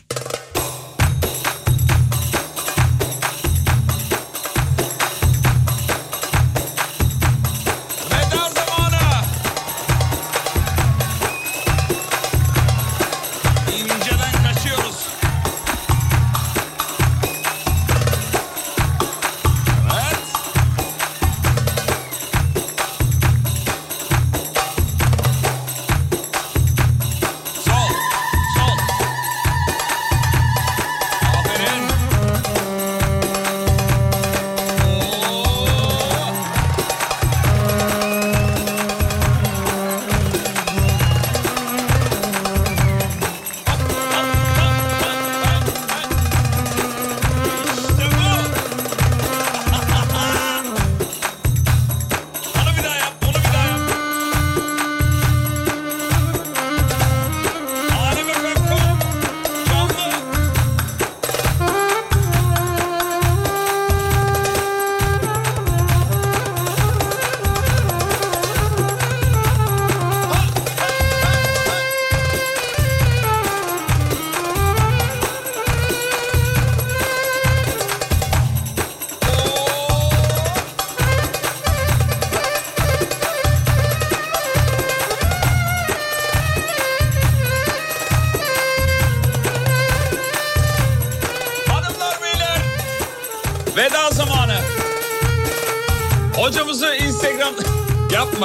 Veda zamanı. Hocamızı Instagram... yapma.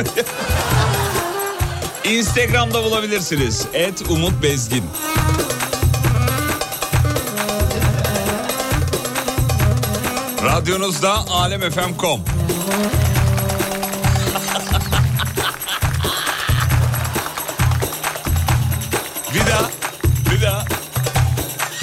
Instagram'da bulabilirsiniz. @umutbezgin. Radyonuzda alemfm.com. Bir daha.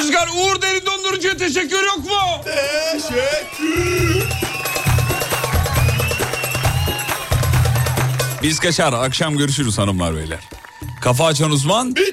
Özkan Uğur Derin Dondurucu'ya teşekkür yok mu? Teşekkür. Biz kaçar, akşam görüşürüz hanımlar beyler. Kafa Açan Uzman bitti.